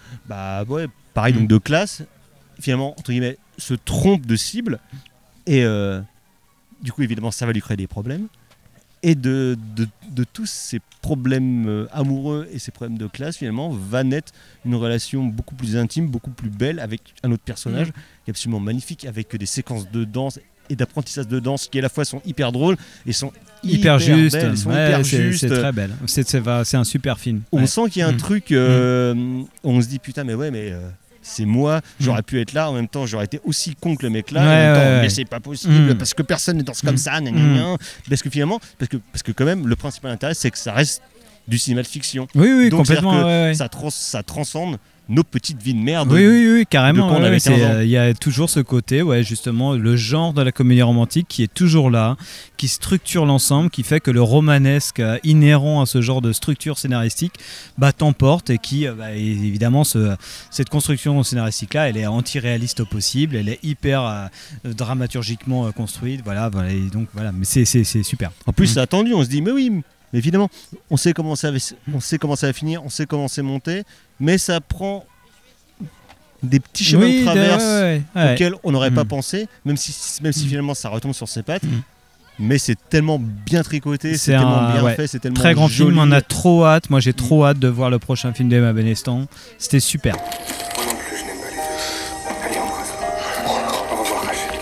pareil, donc de classe, finalement entre guillemets se trompe de cible, et du coup évidemment ça va lui créer des problèmes, et de de tous ces problèmes amoureux et ces problèmes de classe, finalement, va naître une relation beaucoup plus intime, beaucoup plus belle avec un autre personnage qui est absolument magnifique, avec des séquences de danse et d'apprentissage de danse qui à la fois sont hyper drôles et sont hyper juste, belles, hyper justes. C'est très belle. C'est un super film. On sent qu'il y a un truc, on se dit putain mais c'est moi, j'aurais pu être là, en même temps j'aurais été aussi con que le mec là, en même temps, mais c'est pas possible parce que personne ne danse comme ça, parce que finalement, parce que quand même le principal intérêt c'est que ça reste du cinéma de fiction. Oui, donc complètement. Ça transcende nos petites vies de merde. Oui, carrément. Il y a toujours ce côté, justement, le genre de la comédie romantique qui est toujours là, qui structure l'ensemble, qui fait que le romanesque inhérent à ce genre de structure scénaristique t'emporte et qui, évidemment, cette construction scénaristique-là, elle est anti-réaliste au possible, elle est hyper dramaturgiquement construite, et donc voilà, mais c'est super. En plus, c'est attendu, on se dit, mais oui. Mais évidemment, on sait comment ça va finir, on sait comment c'est monté, mais ça prend des petits chemins de traverse auxquels on n'aurait pas pensé, même si finalement ça retombe sur ses pattes. Mais c'est tellement bien tricoté, c'est tellement bien fait, c'est tellement très grand joli. film, on a trop hâte. Moi j'ai trop hâte de voir le prochain film d'Emma Benestan. C'était super. Moi non plus, je n'aime pas les vieux. Allez, embrasse. Au revoir, Rachel.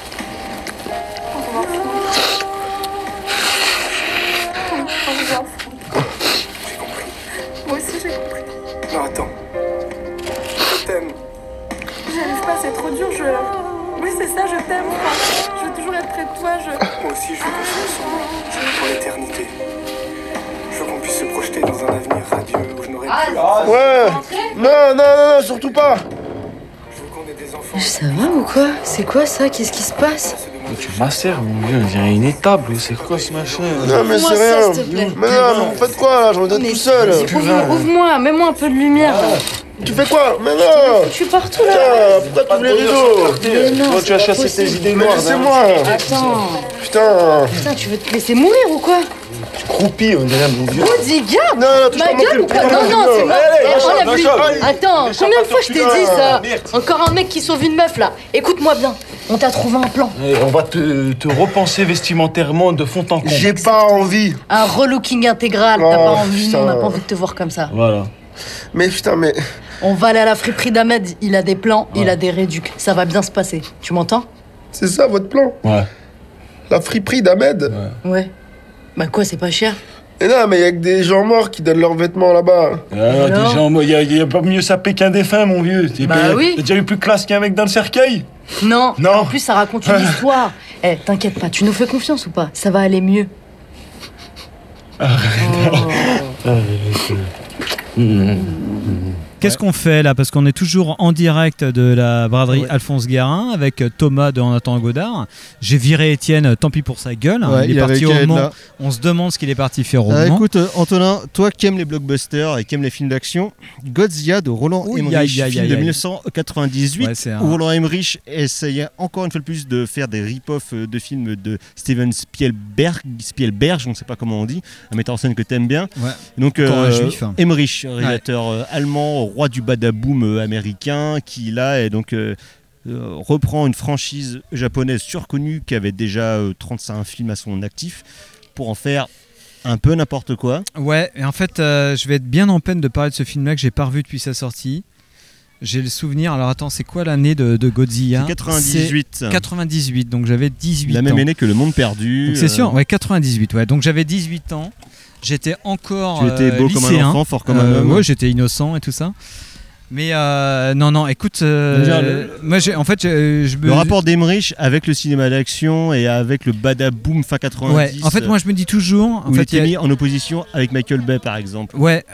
J'ai compris. Moi aussi j'ai compris. Non, attends. Je t'aime. J'y arrive pas, c'est trop dur, Oui, c'est ça, je t'aime. Je veux toujours être près de toi, Moi aussi, je veux qu'on soit ensemble. Pour l'éternité. Je veux qu'on puisse se projeter dans un avenir radieux où je n'aurai plus... Ouais. Non, surtout pas. Je veux qu'on ait des enfants. Ça va ou quoi? C'est quoi ça? Qu'est-ce qui se passe? Tu macères, mon vieux, on dirait une étable. C'est quoi ce machin? Non, mais c'est rien. Mais non, mais faites quoi là? J'en ai tout seul. Ouvre-moi, mets-moi un peu de lumière. Tu fais quoi? Mais non! Je suis partout là! Pourquoi tu ouvres les rideaux? Mais non, tu as chassé tes idées noires. Laissez-moi! Attends! Putain, tu veux te laisser mourir ou quoi? Tu croupis, on dirait mon vieux. Maudit gars! Non, tu ma gueule ou quoi? Non, c'est mort! Attends, combien de fois je t'ai dit ça? Encore un mec qui sauve une meuf là! Écoute-moi bien, on t'a trouvé un plan. On va te repenser vestimentairement de fond en comble. J'ai pas envie! Un relooking intégral, t'as pas envie, nous on n'a pas envie de te voir comme ça. Voilà. Mais putain, mais... On va aller à la friperie d'Ahmed, il a des plans, il a des réducs. Ça va bien se passer. Tu m'entends? C'est ça votre plan? Ouais. La friperie d'Ahmed? Ouais. Bah quoi, c'est pas cher? Mais non, mais y a que des gens morts qui donnent leurs vêtements là-bas. Des gens morts, y a pas mieux sapé qu'un défunt, mon vieux. Oui. T'as déjà eu plus classe qu'un mec dans le cercueil? Non. En plus, ça raconte une histoire. T'inquiète pas, tu nous fais confiance ou pas? Ça va aller mieux. Qu'est-ce qu'on fait là? Parce qu'on est toujours en direct de la braderie Alphonse Guérin avec Thomas de En attendant Godard. J'ai viré Étienne, tant pis pour sa gueule. Il est parti au Mans. On se demande ce qu'il est parti faire au Mans. Écoute, Antonin, toi qui aimes les blockbusters et qui aimes les films d'action, Godzilla de Roland Emmerich, film de 1998, où Roland Emmerich essayait encore une fois de plus de faire des rip-off de films de Steven Spielberg, je ne sais pas comment on dit, un metteur en scène que t'aimes bien. Donc Emmerich, réalisateur allemand, roi du badaboom américain, qui là est donc reprend une franchise japonaise surconnue qui avait déjà 35 films à son actif pour en faire un peu n'importe quoi. Ouais, et en fait je vais être bien en peine de parler de ce film-là que j'ai pas revu depuis sa sortie. J'ai le souvenir, alors attends, c'est quoi l'année de Godzilla? C'est 98. C'est 98, donc j'avais 18 ans. La même année que Le Monde Perdu. Donc c'est sûr, 98, donc j'avais 18 ans. J'étais encore tu étais beau lycéen. Comme un enfant, fort comme un homme. Ouais, j'étais innocent et tout ça. Mais non, écoute, moi en fait, le rapport d'Emmerich avec le cinéma d'action et avec le badaboom fin 90. Ouais, en fait, moi je me dis toujours. Il était mis en opposition avec Michael Bay par exemple. Ouais.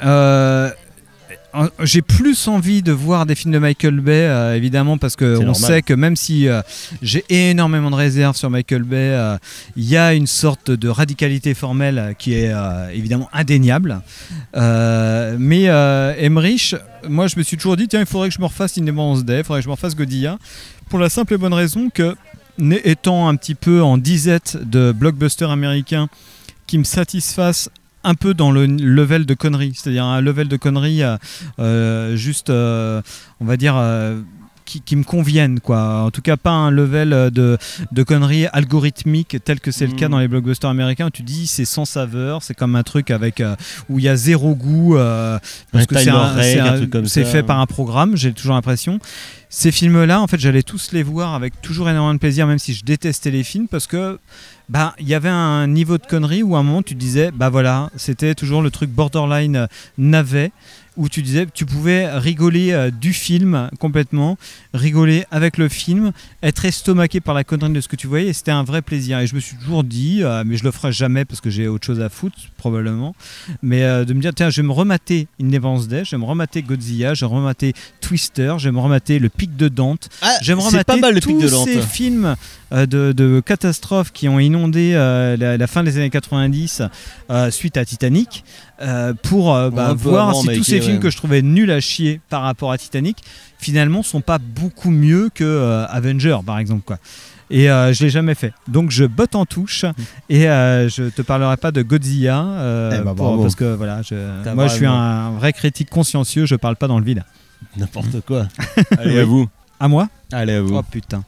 J'ai plus envie de voir des films de Michael Bay, évidemment, parce qu'on sait que même si j'ai énormément de réserves sur Michael Bay, il y a une sorte de radicalité formelle qui est évidemment indéniable. Mais Emmerich, moi je me suis toujours dit, tiens, il faudrait que je me refasse Independence Day, il faudrait que je me refasse Godzilla, pour la simple et bonne raison que, étant un petit peu en disette de blockbusters américains qui me satisfassent un peu dans le level de conneries, c'est-à-dire un level de conneries juste, on va dire, qui me conviennent, quoi. En tout cas, pas un level de conneries algorithmiques tel que c'est le cas dans les blockbusters américains où tu dis c'est sans saveur, c'est comme un truc avec où il y a zéro goût parce que c'est fait par un programme, j'ai toujours l'impression. Ces films-là, en fait, j'allais tous les voir avec toujours énormément de plaisir, même si je détestais les films, parce que il y avait un niveau de connerie où à un moment tu disais, voilà, c'était toujours le truc borderline navet, où tu disais, tu pouvais rigoler du film complètement, rigoler avec le film, être estomaqué par la connerie de ce que tu voyais, et c'était un vrai plaisir. Et je me suis toujours dit, mais je le ferai jamais parce que j'ai autre chose à foutre probablement, mais de me dire, tiens, je vais me remater Independence Day, je vais me remater Godzilla, je vais me remater Twister, je vais me remater Le Pic de Dante, je vais me remater tous ces films de catastrophes qui ont inondé la fin des années 90 suite à Titanic, pour voir si tous ces films que je trouvais nuls à chier par rapport à Titanic finalement sont pas beaucoup mieux que Avenger par exemple, quoi. Et je l'ai jamais fait, donc je botte en touche et je te parlerai pas de Godzilla parce que voilà, moi je suis un vrai critique consciencieux, je parle pas dans le vide. N'importe quoi. Allez, à vous. À moi ? Allez, à vous. Oh putain.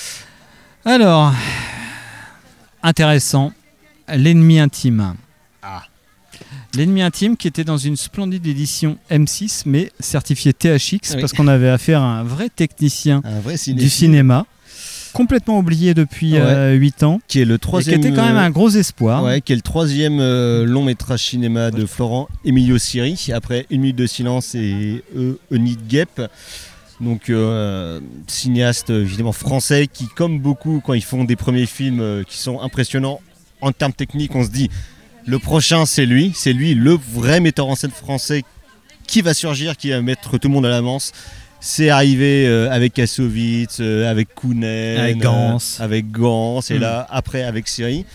Alors, intéressant, L'ennemi intime. L'ennemi intime qui était dans une splendide édition M6 mais certifié THX parce qu'on avait affaire à un vrai technicien du cinéma, complètement oublié depuis 8 ans, qui est le troisième, et qui était quand même un gros espoir, qui est le troisième long métrage cinéma de Florent Emilio Siri après Une minute de silence et A Nid Gap. Donc cinéaste évidemment français qui, comme beaucoup, quand ils font des premiers films qui sont impressionnants en termes techniques, on se dit le prochain c'est lui le vrai metteur en scène français qui va surgir, qui va mettre tout le monde à l'avance. C'est arrivé avec Kassovitz, avec Kounen, avec Gans, et là après avec Siri.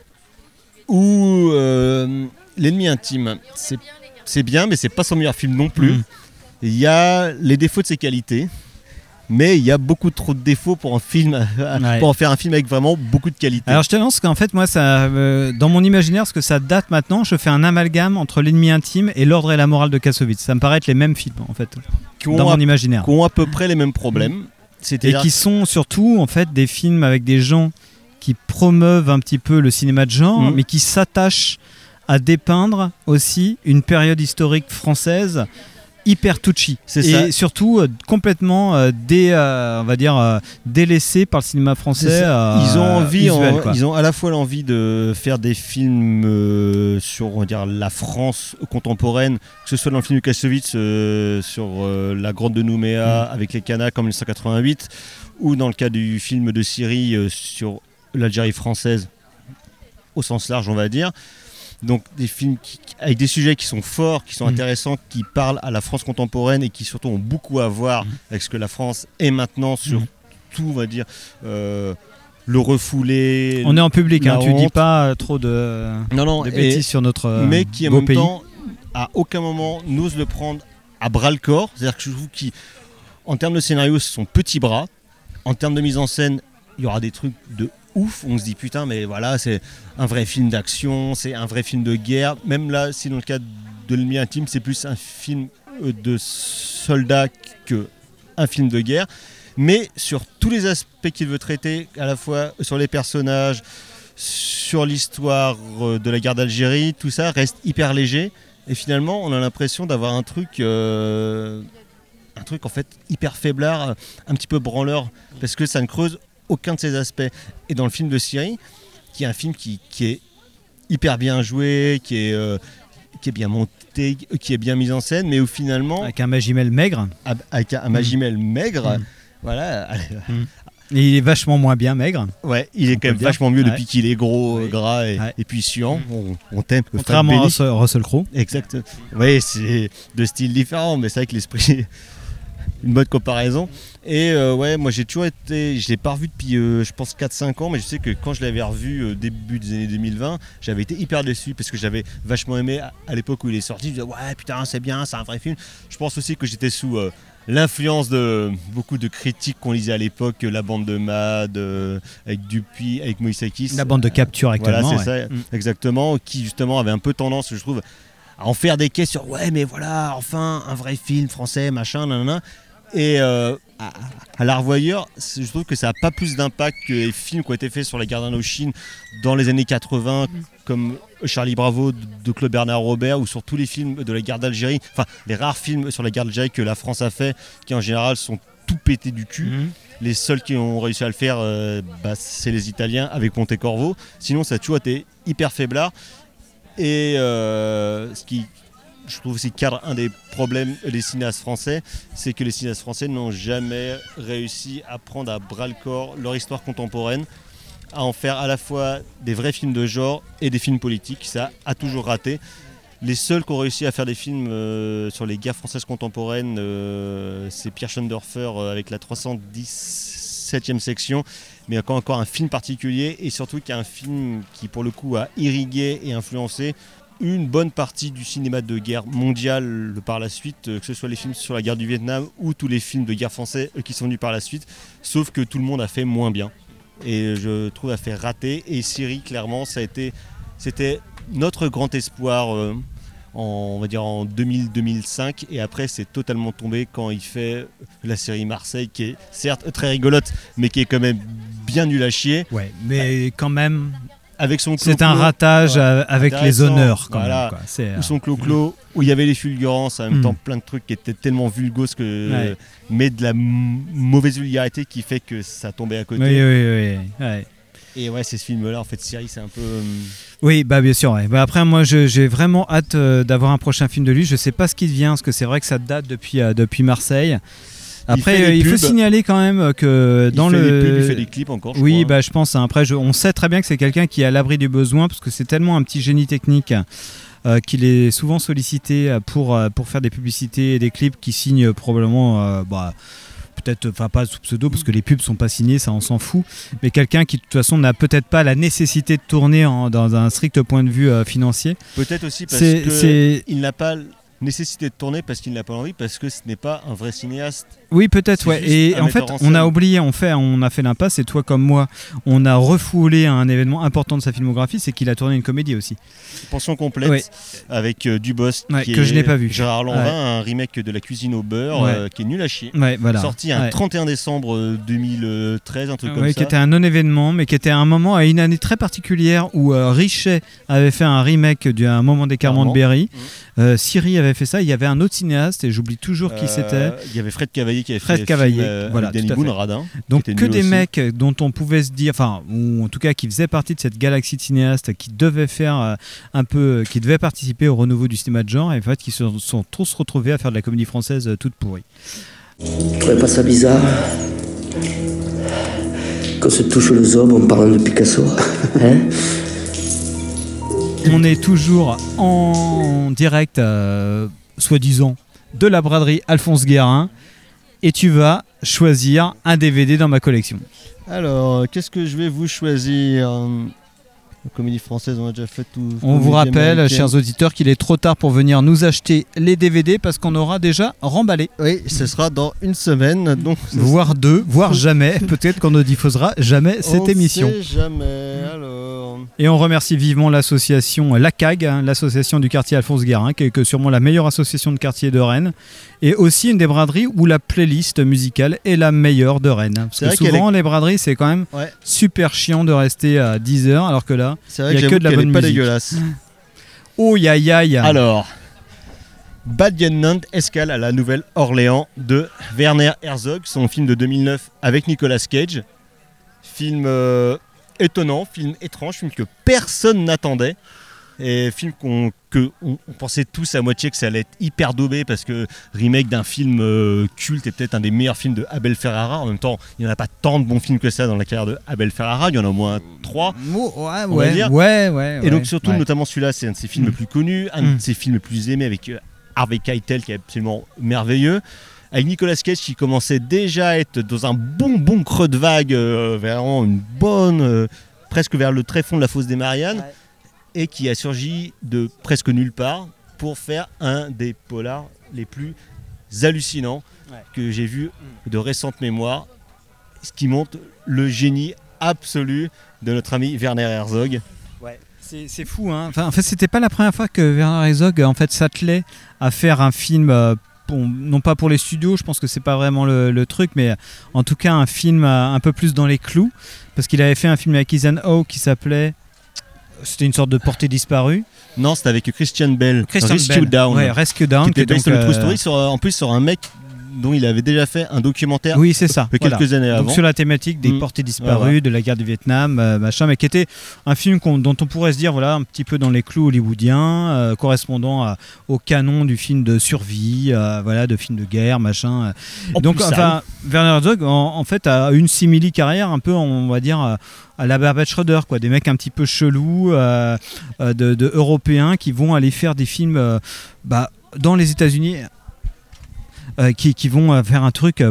Ou L'ennemi intime, c'est bien, mais c'est pas son meilleur film non plus. Il y a les défauts de ses qualités, mais il y a beaucoup trop de défauts pour en faire un film avec vraiment beaucoup de qualité. Alors je te lance qu'en fait moi ça, dans mon imaginaire, ce que ça date maintenant, je fais un amalgame entre L'ennemi intime et L'ordre et la morale de Kassovitz. Ça me paraît être les mêmes films en fait, dans mon imaginaire. Qui ont à peu près les mêmes problèmes. Et qui sont surtout en fait des films avec des gens qui promeuvent un petit peu le cinéma de genre, mais qui s'attachent à dépeindre aussi une période historique française hyper touchy, et surtout complètement on va dire délaissé par le cinéma français. Ils ont envie, visuel, ils ont à la fois l'envie de faire des films sur, on va dire, la France contemporaine, que ce soit dans le film de Kassovitz sur la grotte de Nouméa avec les Kanaks comme 1988, ou dans le cas du film de Siri sur l'Algérie française au sens large, on va dire. Donc des films avec des sujets qui sont forts, qui sont intéressants, qui parlent à la France contemporaine et qui surtout ont beaucoup à voir avec ce que la France est maintenant sur tout, on va dire, le refoulé. On est en public, tu dis pas trop de bêtises sur notre mais qui en beau même pays. temps à aucun moment n'ose le prendre à bras le corps. C'est-à-dire que je trouve qu'en termes de scénario, ce sont petits bras. En termes de mise en scène, il y aura des trucs de ouf, on se dit putain, mais voilà, c'est un vrai film d'action, c'est un vrai film de guerre. Même là, si dans le cas de L'ennemi intime, c'est plus un film de soldats qu'un film de guerre. Mais sur tous les aspects qu'il veut traiter, à la fois sur les personnages, sur l'histoire de la guerre d'Algérie, tout ça reste hyper léger. Et finalement, on a l'impression d'avoir un truc en fait hyper faiblard, un petit peu branleur, parce que ça ne creuse aucun de ces aspects. Et dans le film de Siri, qui est un film qui est hyper bien joué, qui est bien monté, qui est bien mis en scène, mais où finalement... Avec un Magimel maigre. Avec un Magimel maigre, voilà. Et il est vachement moins bien maigre. Ouais, il est quand même vachement mieux depuis qu'il est gros, gras et puis suant. On t'aime. Contrairement à Russell Crowe. Exact. Oui, c'est de style différent, mais c'est vrai que l'esprit... une bonne comparaison. Et moi j'ai toujours été, je l'ai pas revu depuis je pense 4-5 ans, mais je sais que quand je l'avais revu début des années 2020, j'avais été hyper déçu parce que j'avais vachement aimé à l'époque où il est sorti. Je disais ouais putain c'est bien, c'est un vrai film. Je pense aussi que j'étais sous l'influence de beaucoup de critiques qu'on lisait à l'époque, La Bande de Mad, avec Dupuis, avec Moïsakis. La Bande de Capture actuellement. Voilà, c'est ça, exactement, qui justement avait un peu tendance, je trouve, à en faire des caisses sur ouais mais voilà, enfin un vrai film français, machin, nanana. Et à la revoyure, je trouve que ça n'a pas plus d'impact que les films qui ont été faits sur la guerre d'Indochine dans les années 80, comme Charlie Bravo de Claude Bernard Robert, ou sur tous les films de la guerre d'Algérie, enfin les rares films sur la guerre d'Algérie que la France a fait, qui en général sont tout pétés du cul. Les seuls qui ont réussi à le faire, c'est les Italiens avec Pontecorvo. Sinon, ça a toujours été hyper faiblard. Et ce qui, je trouve aussi, cadre un des problèmes des cinéastes français, c'est que les cinéastes français n'ont jamais réussi à prendre à bras-le-corps leur histoire contemporaine, à en faire à la fois des vrais films de genre et des films politiques. Ça a toujours raté. Les seuls qui ont réussi à faire des films sur les guerres françaises contemporaines, c'est Pierre Schoendorfer avec la 317e section, mais encore un film particulier, et surtout qu'il y a un film qui pour le coup a irrigué et influencé une bonne partie du cinéma de guerre mondial par la suite, que ce soit les films sur la guerre du Vietnam ou tous les films de guerre français qui sont venus par la suite, sauf que tout le monde a fait moins bien. Et je trouve a fait rater. Et Syrie, clairement, c'était notre grand espoir on va dire en 2000-2005, et après c'est totalement tombé quand il fait la série Marseille, qui est certes très rigolote, mais qui est quand même bien nul à chier. Ouais, mais quand même... Avec son c'est un ratage avec les honneurs quand même. Quoi. Ou son clo-clo, où il y avait les fulgurances, en même temps plein de trucs qui étaient tellement vulgos que mais de la mauvaise vulgarité qui fait que ça tombait à côté. Oui. Et ouais, c'est ce film-là, en fait, Syrie, c'est un peu... Oui, bah bien sûr. Ouais. Bah, après, moi, j'ai vraiment hâte d'avoir un prochain film de lui. Je sais pas ce qui devient, parce que c'est vrai que ça date depuis Marseille. Après, il faut signaler quand même que dans il fait des clips encore. Je crois. Bah, je pense. Après, on sait très bien que c'est quelqu'un qui est à l'abri du besoin, parce que c'est tellement un petit génie technique qu'il est souvent sollicité pour faire des publicités et des clips qui signent probablement. Peut-être, enfin pas sous pseudo, parce que les pubs sont pas signées, ça on s'en fout, mais quelqu'un qui de toute façon n'a peut-être pas la nécessité de tourner dans un strict point de vue financier. Peut-être aussi parce qu'il n'a pas nécessité de tourner, parce qu'il n'a pas envie, parce que ce n'est pas un vrai cinéaste. Oui, peut-être, ouais. Et en fait, on a oublié, on a fait l'impasse, et toi comme moi, on a refoulé un événement important de sa filmographie, c'est qu'il a tourné une comédie aussi. Pension complète, avec Dubost, que je n'ai pas vu. Gérard Lanvin, un remake de La cuisine au beurre, qui est nul à chier. Voilà. Sorti un 31 décembre 2013, un truc comme ça. Qui était un non-événement, mais qui était un moment, à une année très particulière, où Richet avait fait un remake d'un moment d'écartement de Berry. Syrie avait fait ça. Il y avait un autre cinéaste, et j'oublie toujours qui c'était. Il y avait Fred Cavaillé qui avait fait voilà, Danny Boone, Radin. Donc que des mecs dont on pouvait se dire, enfin, ou en tout cas qui faisaient partie de cette galaxie de cinéastes qui devaient faire qui devaient participer au renouveau du cinéma de genre, et en fait qui se sont tous retrouvés à faire de la comédie française toute pourrie. Tu trouves pas ça bizarre qu'on se touche le zob en parlant de Picasso, hein? On est toujours en direct, soi-disant, de la braderie Alphonse Guérin, et tu vas choisir un DVD dans ma collection. Alors, qu'est-ce que je vais vous choisir ? La comédie française, on a déjà fait tout. On vous rappelle, chers auditeurs, qu'il est trop tard pour venir nous acheter les DVD parce qu'on aura déjà remballé. Oui, ce sera dans une semaine, donc voire deux, voire jamais. Peut-être qu'on ne diffusera jamais cette émission. On ne sait jamais. Alors. Et on remercie vivement l'association LACAG, l'association du quartier Alphonse Guérin, qui est sûrement la meilleure association de quartier de Rennes, et aussi une des braderies où la playlist musicale est la meilleure de Rennes. Parce que souvent, les braderies, c'est quand même super chiant de rester à 10 heures, alors que là, il n'y a que de la bonne musique. Pas dégueulasse. Oh, aïe. Alors, Bad Lieutenant escale à la Nouvelle-Orléans de Werner Herzog, son film de 2009 avec Nicolas Cage. Film étonnant, film étrange, film que personne n'attendait. Et film qu'on pensait tous à moitié que ça allait être hyper daubé, parce que remake d'un film culte et peut-être un des meilleurs films de Abel Ferrara. En même temps, il n'y en a pas tant de bons films que ça dans la carrière de Abel Ferrara. Il y en a au moins 3. Ouais. Et donc surtout, notamment celui-là, c'est un de ses films les plus connus, un de ses films les plus aimés, avec Harvey Keitel qui est absolument merveilleux. Avec Nicolas Cage qui commençait déjà à être dans un bon creux de vague, vraiment une bonne, presque vers le tréfonds de la fosse des Mariannes. Et qui a surgi de presque nulle part pour faire un des polars les plus hallucinants que j'ai vu de récente mémoire, ce qui montre le génie absolu de notre ami Werner Herzog. Ouais. C'est fou, hein. Enfin, en fait, c'était pas la première fois que Werner Herzog s'attelait à faire un film non pas pour les studios, je pense que c'est pas vraiment le truc, mais en tout cas un film un peu plus dans les clous, parce qu'il avait fait un film avec Ethan Hawke qui s'appelait, c'était une sorte de portée disparue. Non, c'était avec Christian Bale. Rescue Down. Ouais, Rescue Down. Qui était basé sur le True Story, en plus sur un mec dont il avait déjà fait un documentaire. Oui, c'est ça. Quelques années avant. Donc sur la thématique des portées disparues, de la guerre du Vietnam, machin, mais qui était un film dont on pourrait se dire, voilà, un petit peu dans les clous hollywoodiens, correspondant au canon du film de survie, voilà, de film de guerre, machin. Donc, enfin, Werner Herzog, en fait, a une simili carrière, un peu, on va dire, à la Herbert Schroeder, quoi, des mecs un petit peu chelous, de Européens qui vont aller faire des films, dans les États-Unis. Qui vont faire un truc,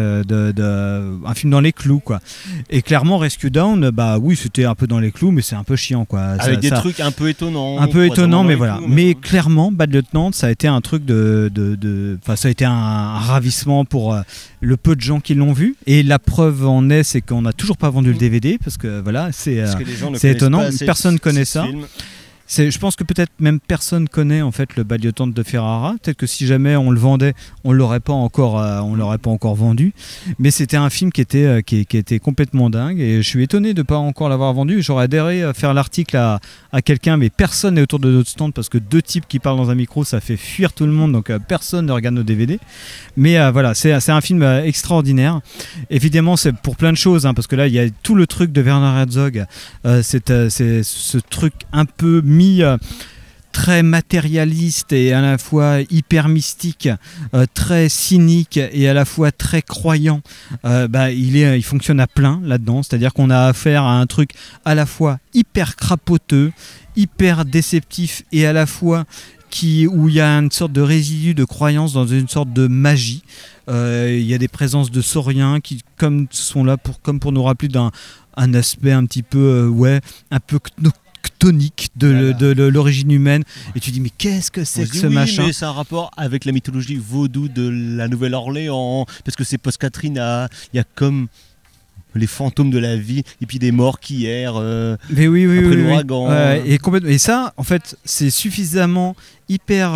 un film dans les clous, quoi. Et clairement, Rescue Down, oui, c'était un peu dans les clous, mais c'est un peu chiant, quoi. Avec des trucs un peu étonnants. Un peu étonnant, mais voilà. Mais clairement, Bad Lieutenant, ça a été un truc ça a été un ravissement pour le peu de gens qui l'ont vu. Et la preuve en est, c'est qu'on n'a toujours pas vendu le DVD, parce que voilà, c'est étonnant. Personne ne connaît ça. Je pense que peut-être même personne connaît en fait le Bad Lieutenant de Ferrara. Peut-être que si jamais on le vendait, on l'aurait pas encore vendu. Mais c'était un film qui était complètement dingue et je suis étonné de pas encore l'avoir vendu. J'aurais adhéré à faire l'article à quelqu'un, mais personne n'est autour de notre stand parce que deux types qui parlent dans un micro, ça fait fuir tout le monde. Donc personne ne regarde nos DVD. Mais voilà, c'est un film extraordinaire. Évidemment, c'est pour plein de choses, parce que là, il y a tout le truc de Werner Herzog. C'est ce truc un peu très matérialiste et à la fois hyper mystique, très cynique et à la fois très croyant. Il fonctionne à plein là-dedans, c'est-à-dire qu'on a affaire à un truc à la fois hyper crapoteux, hyper déceptif et à la fois où il y a une sorte de résidu de croyance dans une sorte de magie. Il y a des présences de sauriens qui sont là pour nous rappeler d'un aspect un petit peu un peu tonique de l'origine humaine, et tu dis mais qu'est-ce que c'est que ce machin. Mais c'est un rapport avec la mythologie vaudou de la Nouvelle-Orléans, parce que c'est post-Katrina, il y a comme les fantômes de la vie et puis des morts qui errent après l'ouragan. Et ça, en fait, c'est suffisamment hyper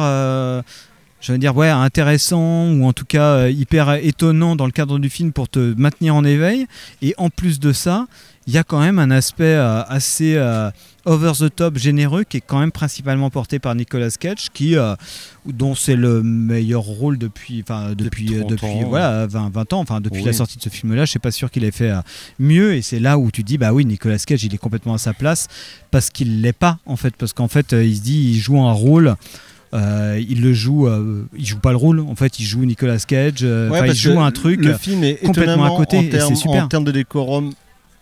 intéressant, ou en tout cas hyper étonnant dans le cadre du film pour te maintenir en éveil. Et en plus de ça, il y a quand même un aspect assez over the top, généreux, qui est quand même principalement porté par Nicolas Cage, dont c'est le meilleur rôle depuis 20 ans, depuis la sortie de ce film-là. Je suis pas sûr qu'il ait fait mieux, et c'est là où tu dis Nicolas Cage, il est complètement à sa place, parce qu'il l'est pas en fait, parce qu'en fait il se dit, il joue un rôle. Il joue pas le rôle, en fait il joue Nicolas Cage, il joue un truc le film est complètement à côté, et c'est super. En termes de décorum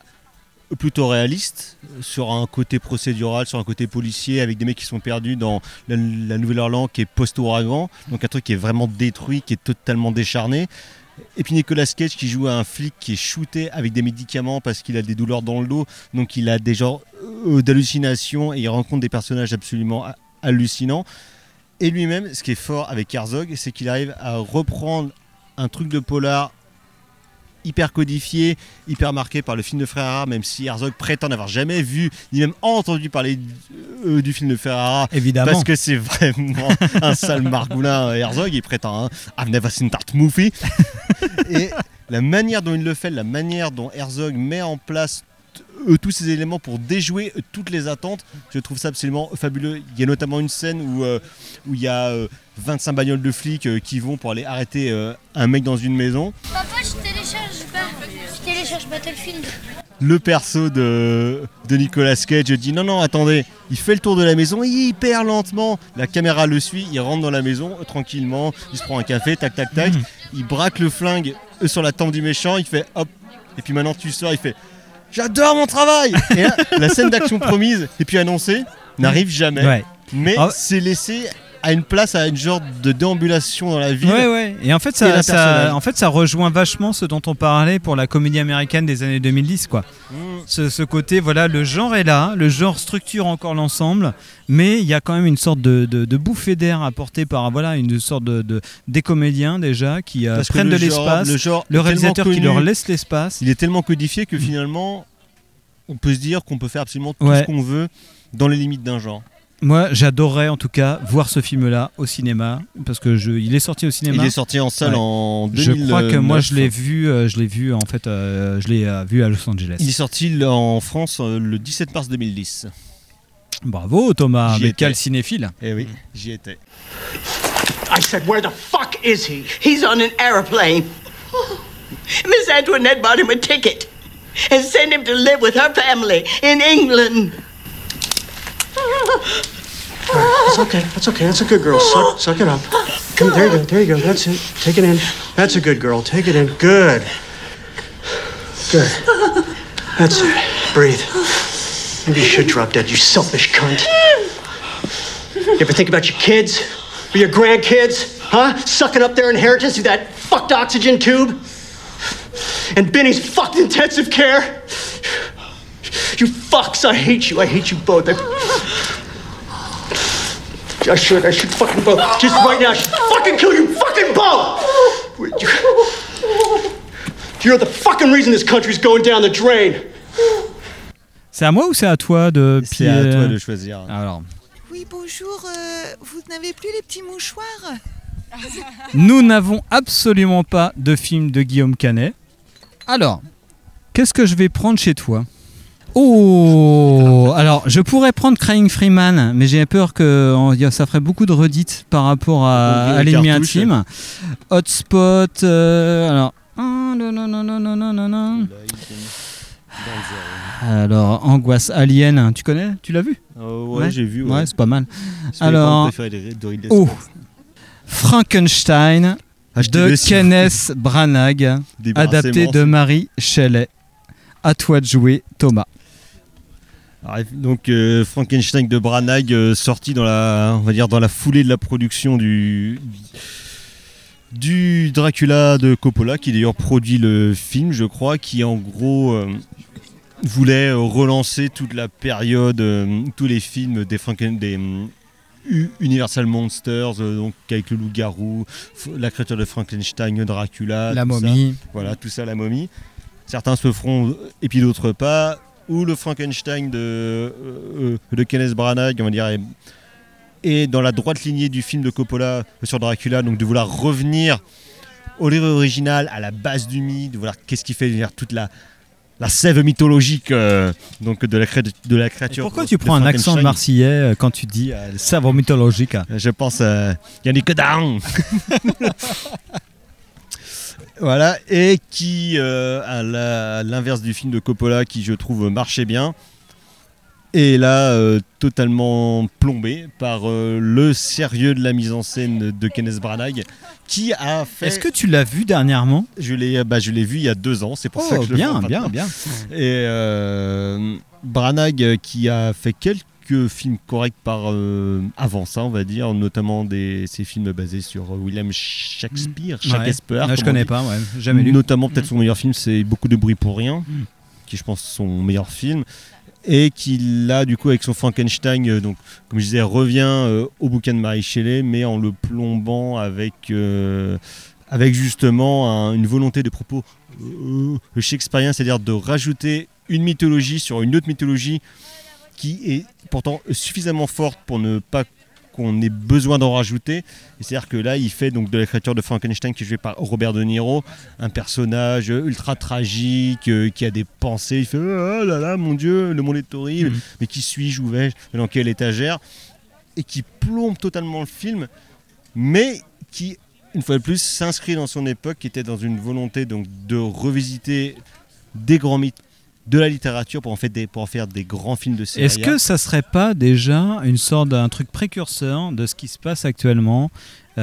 plutôt réaliste, sur un côté procédural, sur un côté policier, avec des mecs qui sont perdus dans la Nouvelle-Orléans qui est post-ouragan, donc un truc qui est vraiment détruit, qui est totalement décharné. Et puis Nicolas Cage qui joue un flic qui est shooté avec des médicaments parce qu'il a des douleurs dans le dos, donc il a des genres d'hallucinations et il rencontre des personnages absolument hallucinants. Et lui-même, ce qui est fort avec Herzog, c'est qu'il arrive à reprendre un truc de polar hyper codifié, hyper marqué par le film de Ferrara, même si Herzog prétend n'avoir jamais vu ni même entendu parler du film de Ferrara. Évidemment. Parce que c'est vraiment un sale margoulin. Herzog, il prétend I've never seen that movie. Et la manière dont il le fait, la manière dont Herzog met en place tous ces éléments pour déjouer toutes les attentes, je trouve ça absolument fabuleux. Il y a notamment une scène où il y a 25 bagnoles de flics qui vont pour aller arrêter un mec dans une maison. Papa, je télécharge Battlefield. Le perso de Nicolas Cage dit non, attendez, il fait le tour de la maison hyper lentement, la caméra le suit, il rentre dans la maison tranquillement, il se prend un café, tac, il braque le flingue sur la tempe du méchant, il fait hop, et puis maintenant tu sors, il fait j'adore mon travail. Et là, la scène d'action promise et puis annoncée n'arrive jamais, mais c'est laissé à une place, à une genre de déambulation dans la ville. Et en fait, ça rejoint vachement ce dont on parlait pour la comédie américaine des années 2010, quoi. Ce côté, le genre est là, le genre structure encore l'ensemble, mais il y a quand même une sorte de bouffée d'air apportée par une sorte des comédiens déjà qui prennent de l'espace, le réalisateur qui leur laisse l'espace. Il est tellement codifié que finalement, on peut se dire qu'on peut faire absolument tout ce qu'on veut dans les limites d'un genre. Moi, j'adorerais en tout cas voir ce film-là au cinéma parce que il est sorti au cinéma. Il est sorti en salle en 2009. Je crois que moi je l'ai vu en fait, je l'ai vu à Los Angeles. Il est sorti en France le 17 mars 2010. Bravo Thomas, mais quel cinéphile. Eh oui, j'y étais. I said, where the fuck is he? He's on an airplane. Miss Antoinette bought him a ticket and sent him to live with her family in England. It's okay. That's okay. That's a good girl. Suck it up. Come, there you go. There you go. That's it. Take it in. That's a good girl. Take it in. Good. Good. That's it. Breathe. Maybe you should drop dead, you selfish cunt. You ever think about your kids? Or your grandkids? Huh? Sucking up their inheritance through that fucked oxygen tube? And Benny's fucked intensive care? You fucks, I hate you. I hate you both. I should fucking both. Just right now, I should fucking kill you fucking both! You're the fucking reason this country's going down the drain. C'est à moi ou c'est à toi de... C'est à toi de choisir. Alors. Oui, bonjour. Vous n'avez plus les petits mouchoirs? Nous n'avons absolument pas de film de Guillaume Canet. Alors, qu'est-ce que je vais prendre chez toi? Oh, alors je pourrais prendre Crying Freeman, mais j'ai peur que ça ferait beaucoup de redites par rapport à l'ennemi intime. Hotspot, alors... Alors, Angoisse Alien, tu connais? Tu l'as vu? Ouais, j'ai vu. Ouais, c'est pas mal. Alors, Frankenstein de Kenneth Branagh, adapté de Mary Shelley. À toi de jouer, Thomas. Alors, donc Frankenstein de Branagh, sorti dans la foulée de la production du Dracula de Coppola, qui d'ailleurs produit le film, je crois, qui en gros voulait relancer toute la période, tous les films des Universal Monsters, donc avec le loup-garou, la créature de Frankenstein, Dracula, la momie. Voilà, tout ça, la momie. Certains se feront et puis d'autres pas. Ou le Frankenstein de Kenneth Branagh, on va dire, est dans la droite lignée du film de Coppola sur Dracula, donc de vouloir revenir au livre original, à la base du mythe, de voir qu'est-ce qui fait venir toute la sève mythologique donc de la créature. Et pourquoi tu prends un accent marseillais quand tu dis sève mythologique? Je pense Yannick Kedin. Voilà, et qui, à l'inverse du film de Coppola, qui je trouve marchait bien, est là totalement plombé par le sérieux de la mise en scène de Kenneth Branagh, qui a fait... Est-ce que tu l'as vu dernièrement? Je l'ai vu il y a 2 ans, c'est pour ça que je le vois bien. Et Branagh qui a fait quelques films corrects avant ça, on va dire, notamment ces films basés sur William Shakespeare. Je connais pas, jamais lu. Notamment peut-être son meilleur film, c'est Beaucoup de bruit pour rien, qui je pense son meilleur film, et qui là du coup avec son Frankenstein, donc comme je disais, revient au bouquin de Mary Shelley, mais en le plombant avec justement une volonté de propos shakespearien, c'est-à-dire de rajouter une mythologie sur une autre mythologie qui est pourtant suffisamment forte pour ne pas qu'on ait besoin d'en rajouter. Et c'est-à-dire que là, il fait donc de la créature de Frankenstein, qui est joué par Robert De Niro, un personnage ultra tragique, qui a des pensées. Il fait « Oh là là, mon Dieu, le monde est horrible, mais qui suis-je, où vais-je, dans quelle étagère ?» Et qui plombe totalement le film, mais qui, une fois de plus, s'inscrit dans son époque, qui était dans une volonté donc, de revisiter des grands mythes de la littérature pour en faire des grands films de série. Est-ce que ça serait pas déjà une sorte d'un truc précurseur de ce qui se passe actuellement,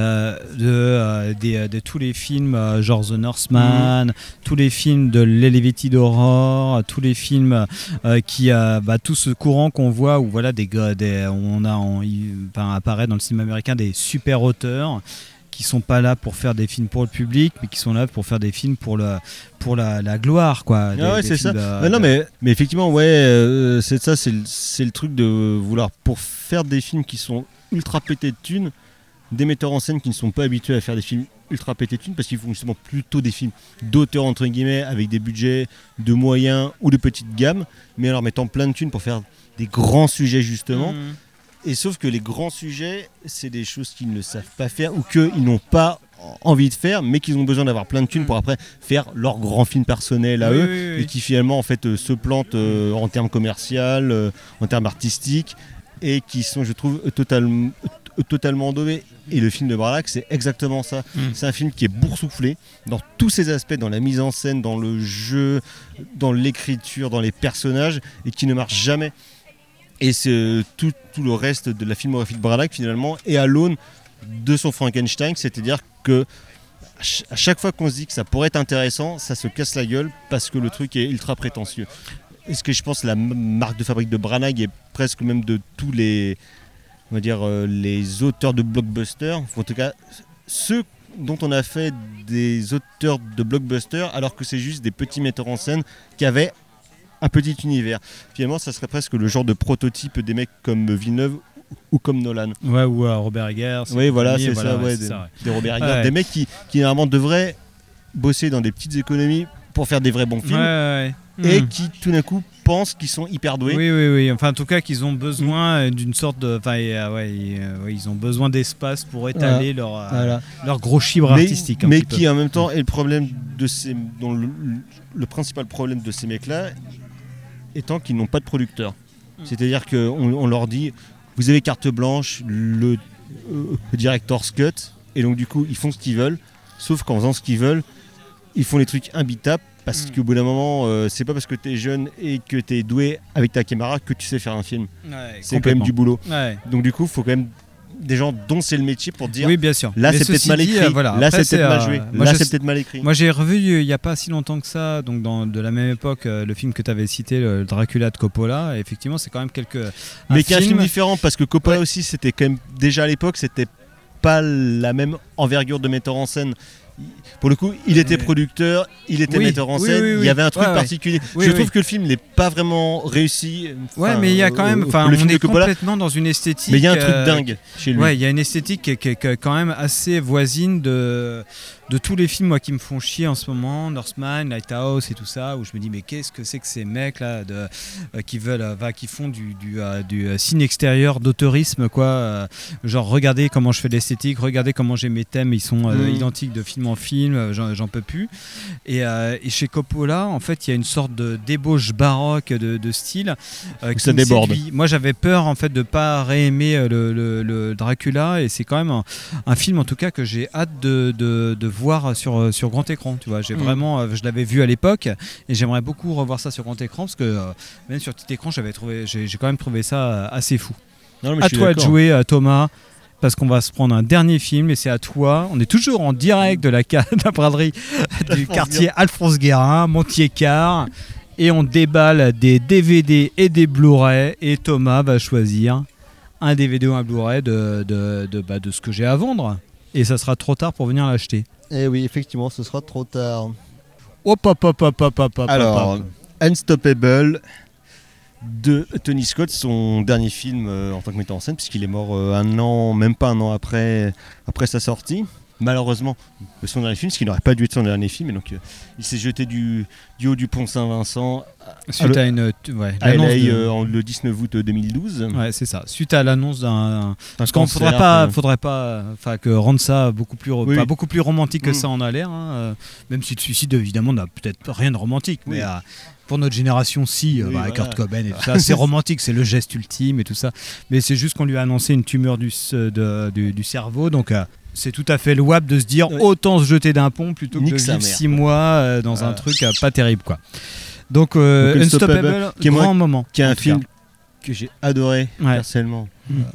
de tous les films genre The Northman, tous les films de l'Elevated Horror, tous les films tout ce courant qu'on voit où voilà apparaît dans le cinéma américain des super auteurs qui sont pas là pour faire des films pour le public, mais qui sont là pour faire des films pour la gloire, quoi. C'est ça. Mais effectivement, c'est ça, c'est le truc de vouloir, pour faire des films qui sont ultra pétés de thunes, des metteurs en scène qui ne sont pas habitués à faire des films ultra pétés de thunes, parce qu'ils font justement plutôt des films d'auteurs entre guillemets, avec des budgets de moyens ou de petite gamme, mais en leur mettant plein de thunes pour faire des grands sujets justement. Et sauf que les grands sujets, c'est des choses qu'ils ne savent pas faire ou qu'ils n'ont pas envie de faire, mais qu'ils ont besoin d'avoir plein de thunes pour après faire leur grand film personnel à eux, et qui finalement en fait se plantent en termes commerciaux, en termes artistiques, et qui sont, je trouve, totalement endommés. Et le film de Brallack, c'est exactement ça. C'est un film qui est boursouflé dans tous ses aspects, dans la mise en scène, dans le jeu, dans l'écriture, dans les personnages, et qui ne marche jamais. Et c'est tout le reste de la filmographie de Brallack finalement est à l'aune de son Frankenstein, c'est-à-dire que à chaque fois qu'on se dit que ça pourrait être intéressant, ça se casse la gueule parce que le truc est ultra prétentieux. Et ce que je pense la marque de fabrique de Branagh et presque même de tous les, on va dire, les auteurs de blockbusters, en tout cas ceux dont on a fait des auteurs de blockbusters alors que c'est juste des petits metteurs en scène qui avaient un petit univers. Finalement, ça serait presque le genre de prototype des mecs comme Villeneuve ou comme Nolan. Ouais, ou Robert Eggers. Oui, voilà, c'est ça, des Robert Eggers. Des mecs qui normalement devraient bosser dans des petites économies pour faire des vrais bons films. Et qui tout d'un coup pensent qu'ils sont hyper doués. Oui. Enfin, en tout cas, qu'ils ont besoin d'une sorte de. Enfin, ils ont besoin d'espace pour étaler leur gros chibre artistique. Mais qui en même temps est le problème de ces. Dont le principal problème de ces mecs-là étant qu'ils n'ont pas de producteur. C'est-à-dire qu'on leur dit vous avez carte blanche, le director's cut, et donc du coup ils font ce qu'ils veulent, sauf qu'en faisant ce qu'ils veulent, ils font les trucs imbitables. Parce qu'au bout d'un moment, c'est pas parce que t'es jeune et que t'es doué avec ta caméra que tu sais faire un film. C'est quand même du boulot. Donc du coup, il faut quand même des gens dont c'est le métier pour dire oui, bien sûr. Là c'est peut-être mal écrit, là c'est peut-être mal joué, là c'est peut-être mal écrit. Moi j'ai revu il n'y a pas si longtemps que ça, donc de la même époque, le film que tu avais cité, le Dracula de Coppola, et effectivement c'est quand même mais qui est un film différent parce que Coppola aussi c'était quand même, déjà à l'époque c'était pas la même envergure de metteur en scène. Pour le coup, il était producteur, il était metteur en scène, il y avait un truc particulier. Je trouve que le film n'est pas vraiment réussi. Mais il y a quand même, on est complètement dans une esthétique. Mais il y a un truc dingue chez lui. Il y a une esthétique qui est quand même assez voisine de tous les films moi, qui me font chier en ce moment, Northman, Lighthouse et tout ça, où je me dis mais qu'est-ce que c'est que ces mecs là qui font du ciné extérieur, d'auteurisme quoi. Genre regardez comment je fais de l'esthétique, regardez comment j'ai mes thèmes, ils sont identiques de film en film, j'en peux plus. Et chez Coppola, en fait, il y a une sorte de débauche baroque de style qui ça déborde. Moi, j'avais peur en fait de pas réaimer le Dracula, et c'est quand même un film en tout cas que j'ai hâte de voir sur grand écran. Tu vois, j'ai vraiment, je l'avais vu à l'époque, et j'aimerais beaucoup revoir ça sur grand écran parce que même sur petit écran, j'ai quand même trouvé ça assez fou. À toi de jouer, Thomas. Parce qu'on va se prendre un dernier film et c'est à toi. On est toujours en direct de la braderie du quartier Alphonse Guérin, Montier-Car, et on déballe des DVD et des Blu-ray, et Thomas va choisir un DVD ou un Blu-ray de ce que j'ai à vendre, et ça sera trop tard pour venir l'acheter. Eh oui, effectivement, ce sera trop tard. Hop. Alors, Unstoppable de Tony Scott, son dernier film en tant que metteur en scène, puisqu'il est mort même pas un an après sa sortie. Malheureusement, son dernier film, ce qui n'aurait pas dû être son dernier film, et donc il s'est jeté du haut du pont Saint-Vincent suite à une à LA le 19 août 2012. Ouais, c'est ça. Suite à l'annonce d'un parce qu'on faudrait pas que rendre ça beaucoup plus romantique que ça en a l'air, hein. Même si le suicide évidemment n'a peut-être rien de romantique, mais pour notre génération, Kurt Cobain et tout ça, c'est romantique, c'est le geste ultime et tout ça. Mais c'est juste qu'on lui a annoncé une tumeur du cerveau, donc c'est tout à fait louable de se dire autant se jeter d'un pont plutôt que de vivre 6 mois dans un truc pas terrible, quoi. Donc Unstoppable, qui est grand moment. Qui est un film que j'ai adoré personnellement.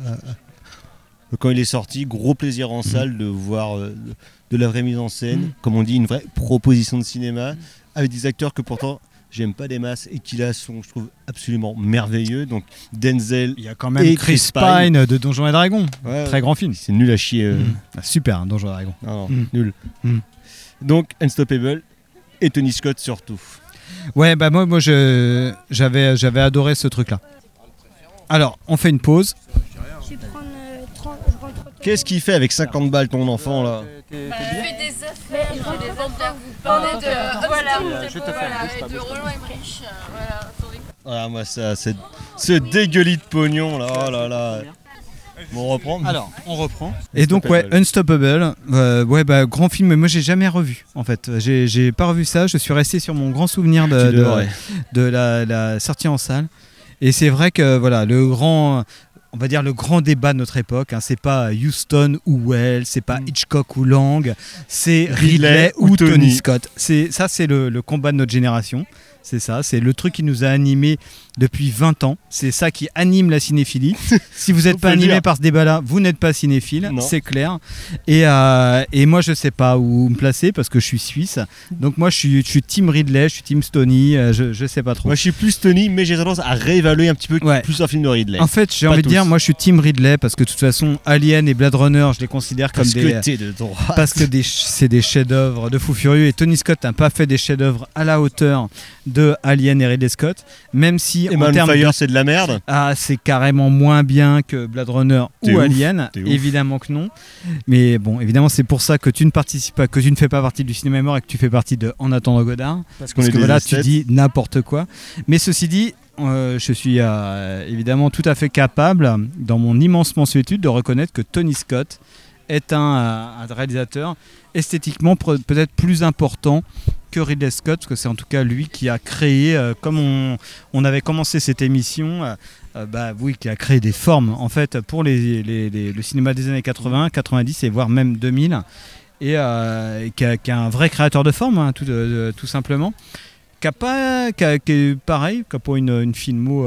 Quand il est sorti, gros plaisir en salle de voir de la vraie mise en scène, comme on dit, une vraie proposition de cinéma, avec des acteurs que pourtant j'aime pas des masses et qui là sont, je trouve, absolument merveilleux. Donc Denzel, il y a quand même Chris Pine de Donjons et Dragons, très grand film. C'est nul à chier. Super, Donjons et Dragons. Non, nul. Donc Unstoppable et Tony Scott surtout. Ouais, bah moi j'avais adoré ce truc-là. Alors, on fait une pause. Qu'est-ce qu'il fait avec 50 balles ton enfant là? Je fais des affaires, vous parlez de Roland Emmerich. Voilà, moi ça, c'est ce dégueulis de pognon là, oh là là. On reprend. Alors, on reprend. Et donc, Unstoppable. Grand film, mais moi, j'ai jamais revu, en fait. J'ai pas revu ça. Je suis resté sur mon grand souvenir de la sortie en salle. Et c'est vrai que, voilà, le grand débat de notre époque, hein, c'est pas Huston ou Wells, c'est pas Hitchcock ou Lang, c'est Ridley ou Tony Scott. C'est le combat de notre génération. C'est ça, c'est le truc qui nous a animés depuis 20 ans. C'est ça qui anime la cinéphilie. Si vous n'êtes pas animé par ce débat-là, vous n'êtes pas cinéphile, c'est clair. Et moi, je sais pas où me placer parce que je suis suisse. Donc moi, je suis team Ridley, je suis team Stony, je sais pas trop. Moi, je suis plus Stony, mais j'ai tendance à réévaluer un petit peu plus un film de Ridley. En fait, j'ai envie de dire, moi, je suis team Ridley parce que de toute façon, Alien et Blade Runner, je les considère comme parce que c'est des chefs-d'œuvre de fou furieux. Et Tony Scott n'a pas fait des chefs-d'œuvre à la hauteur de Alien et Ridley Scott, même si et Man Fire c'est de la merde. C'est carrément moins bien que Blade Runner ou Alien, évidemment que non. Mais bon, évidemment c'est pour ça que tu ne participes pas, que tu ne fais pas partie du cinéma mort et que tu fais partie de En attendant Godard, parce que voilà, tu dis n'importe quoi. Mais ceci dit, je suis évidemment tout à fait capable, dans mon immense mansuétude, de reconnaître que Tony Scott est un réalisateur esthétiquement peut-être plus important que Ridley Scott, parce que c'est en tout cas lui qui a créé, comme on avait commencé cette émission, qui a créé des formes en fait pour le cinéma des années 80, 90 et voire même 2000, et qui est un vrai créateur de formes, hein, tout simplement. Qui est pareil, qui n'a pas une filmo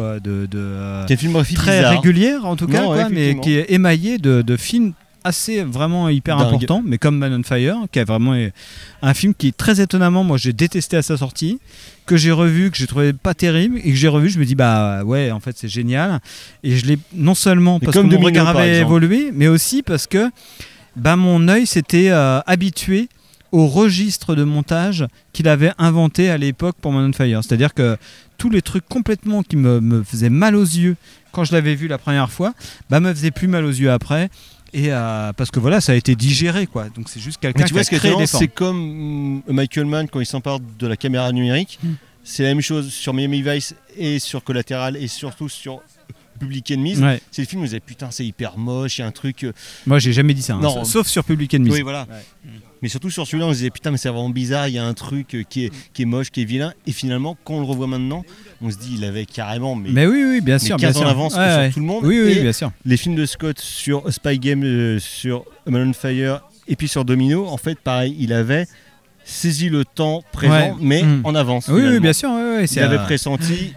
très bizarre. Régulière en tout cas, mais qui est émaillée de films assez vraiment hyper important, mais comme Man on Fire, qui est vraiment un film qui très étonnamment, moi j'ai détesté à sa sortie, que j'ai revu, que j'ai trouvé pas terrible, et que j'ai revu, je me dis en fait c'est génial, et je l'ai non seulement parce que mon regard avait évolué, mais aussi parce que mon œil s'était habitué au registre de montage qu'il avait inventé à l'époque pour Man on Fire, c'est-à-dire que tous les trucs complètement qui me faisaient mal aux yeux quand je l'avais vu la première fois, me faisaient plus mal aux yeux après. Et parce que voilà, ça a été digéré, quoi. Donc c'est juste quelqu'un qui a créé des formes. C'est comme Michael Mann quand il s'empare de la caméra numérique. C'est la même chose sur Miami Vice et sur Collateral et surtout sur Public Enemies. C'est le film où vous dites putain c'est hyper moche, il y a un truc. Moi j'ai jamais dit ça, sauf sur Public Enemies. Oui voilà. Mais surtout sur celui-là on se disait putain mais c'est vraiment bizarre, il y a un truc qui est moche, qui est vilain. Et finalement quand on le revoit maintenant, on se dit il avait carrément mais oui bien sûr 15 ans d'avance sur tout le monde. Oui bien sûr. Les films de Scott sur Spy Game, sur Man on Fire et puis sur Domino, en fait pareil, il avait saisi le temps présent mais en avance. Oui bien sûr. Il avait pressenti.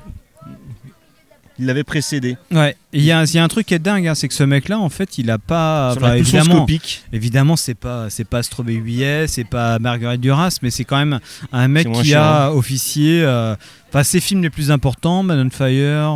Il l'avait précédé. Ouais. Il y a un truc qui est dingue, hein, c'est que ce mec-là, en fait, il a pas. Évidemment, c'est pas Strobé Huillet, c'est pas Marguerite Duras, mais c'est quand même un mec qui a officié. Ses films les plus importants, Man on Fire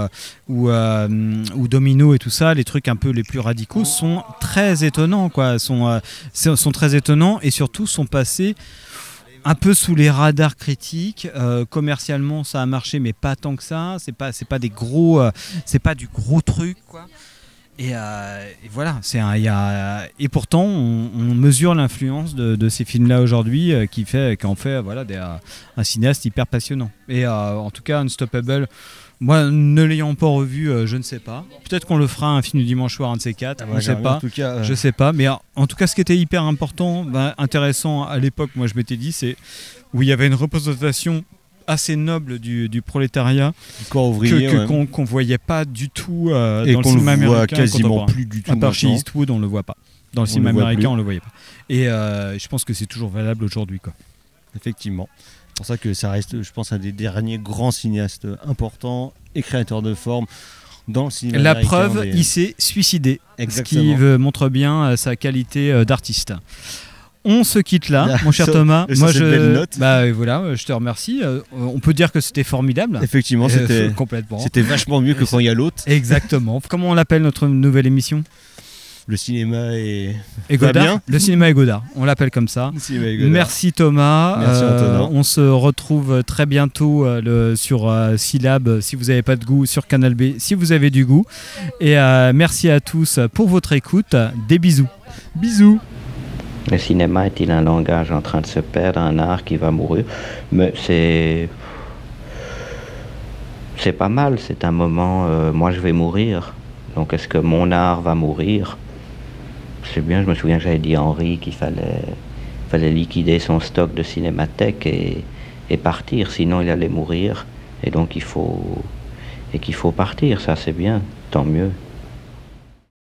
ou Domino et tout ça, les trucs un peu les plus radicaux sont très étonnants, quoi. Sont très étonnants et surtout sont passés un peu sous les radars critiques. Commercialement ça a marché mais pas tant que ça, c'est pas des gros c'est pas du gros truc, quoi. Et voilà, et pourtant on mesure l'influence de ces films-là aujourd'hui, qui en fait un cinéaste hyper passionnant. Et en tout cas Unstoppable, moi ne l'ayant pas revu, je ne sais pas. Peut-être qu'on le fera un film du dimanche soir, un de ces quatre, je sais pas. Je sais pas, mais en tout cas ce qui était hyper important, intéressant à l'époque, moi je m'étais dit, c'est où il y avait une représentation assez noble du prolétariat, du corps ouvrier, qu'on voyait pas du tout dans le cinéma américain, quasiment plus du tout. À part chez Eastwood, on le voit pas. Dans le cinéma américain, on le voyait pas. Et je pense que c'est toujours valable aujourd'hui, quoi. Effectivement. C'est pour ça que ça reste, je pense, un des derniers grands cinéastes importants et créateurs de formes dans le cinéma américain. La preuve, il s'est suicidé. Exactement. Ce qui montre bien sa qualité d'artiste. On se quitte là, mon cher Thomas. Moi, je te remercie. On peut dire que c'était formidable. Effectivement, c'était complètement. C'était vachement mieux que quand il y a l'autre. Exactement. Comment on l'appelle notre nouvelle émission ? Le cinéma et Godard. Le cinéma et Godard. On l'appelle comme ça. Merci Thomas. Merci Antonin. On se retrouve très bientôt sur Syllab si vous n'avez pas de goût, sur Canal B si vous avez du goût. Et merci à tous pour votre écoute. Des bisous. Bisous. Le cinéma est-il un langage en train de se perdre, un art qui va mourir? Mais c'est pas mal, c'est un moment, moi je vais mourir. Donc est-ce que mon art va mourir? C'est bien, je me souviens que j'avais dit à Henri qu'il fallait liquider son stock de cinémathèque et partir, sinon il allait mourir. Et donc qu'il faut partir, ça c'est bien, tant mieux.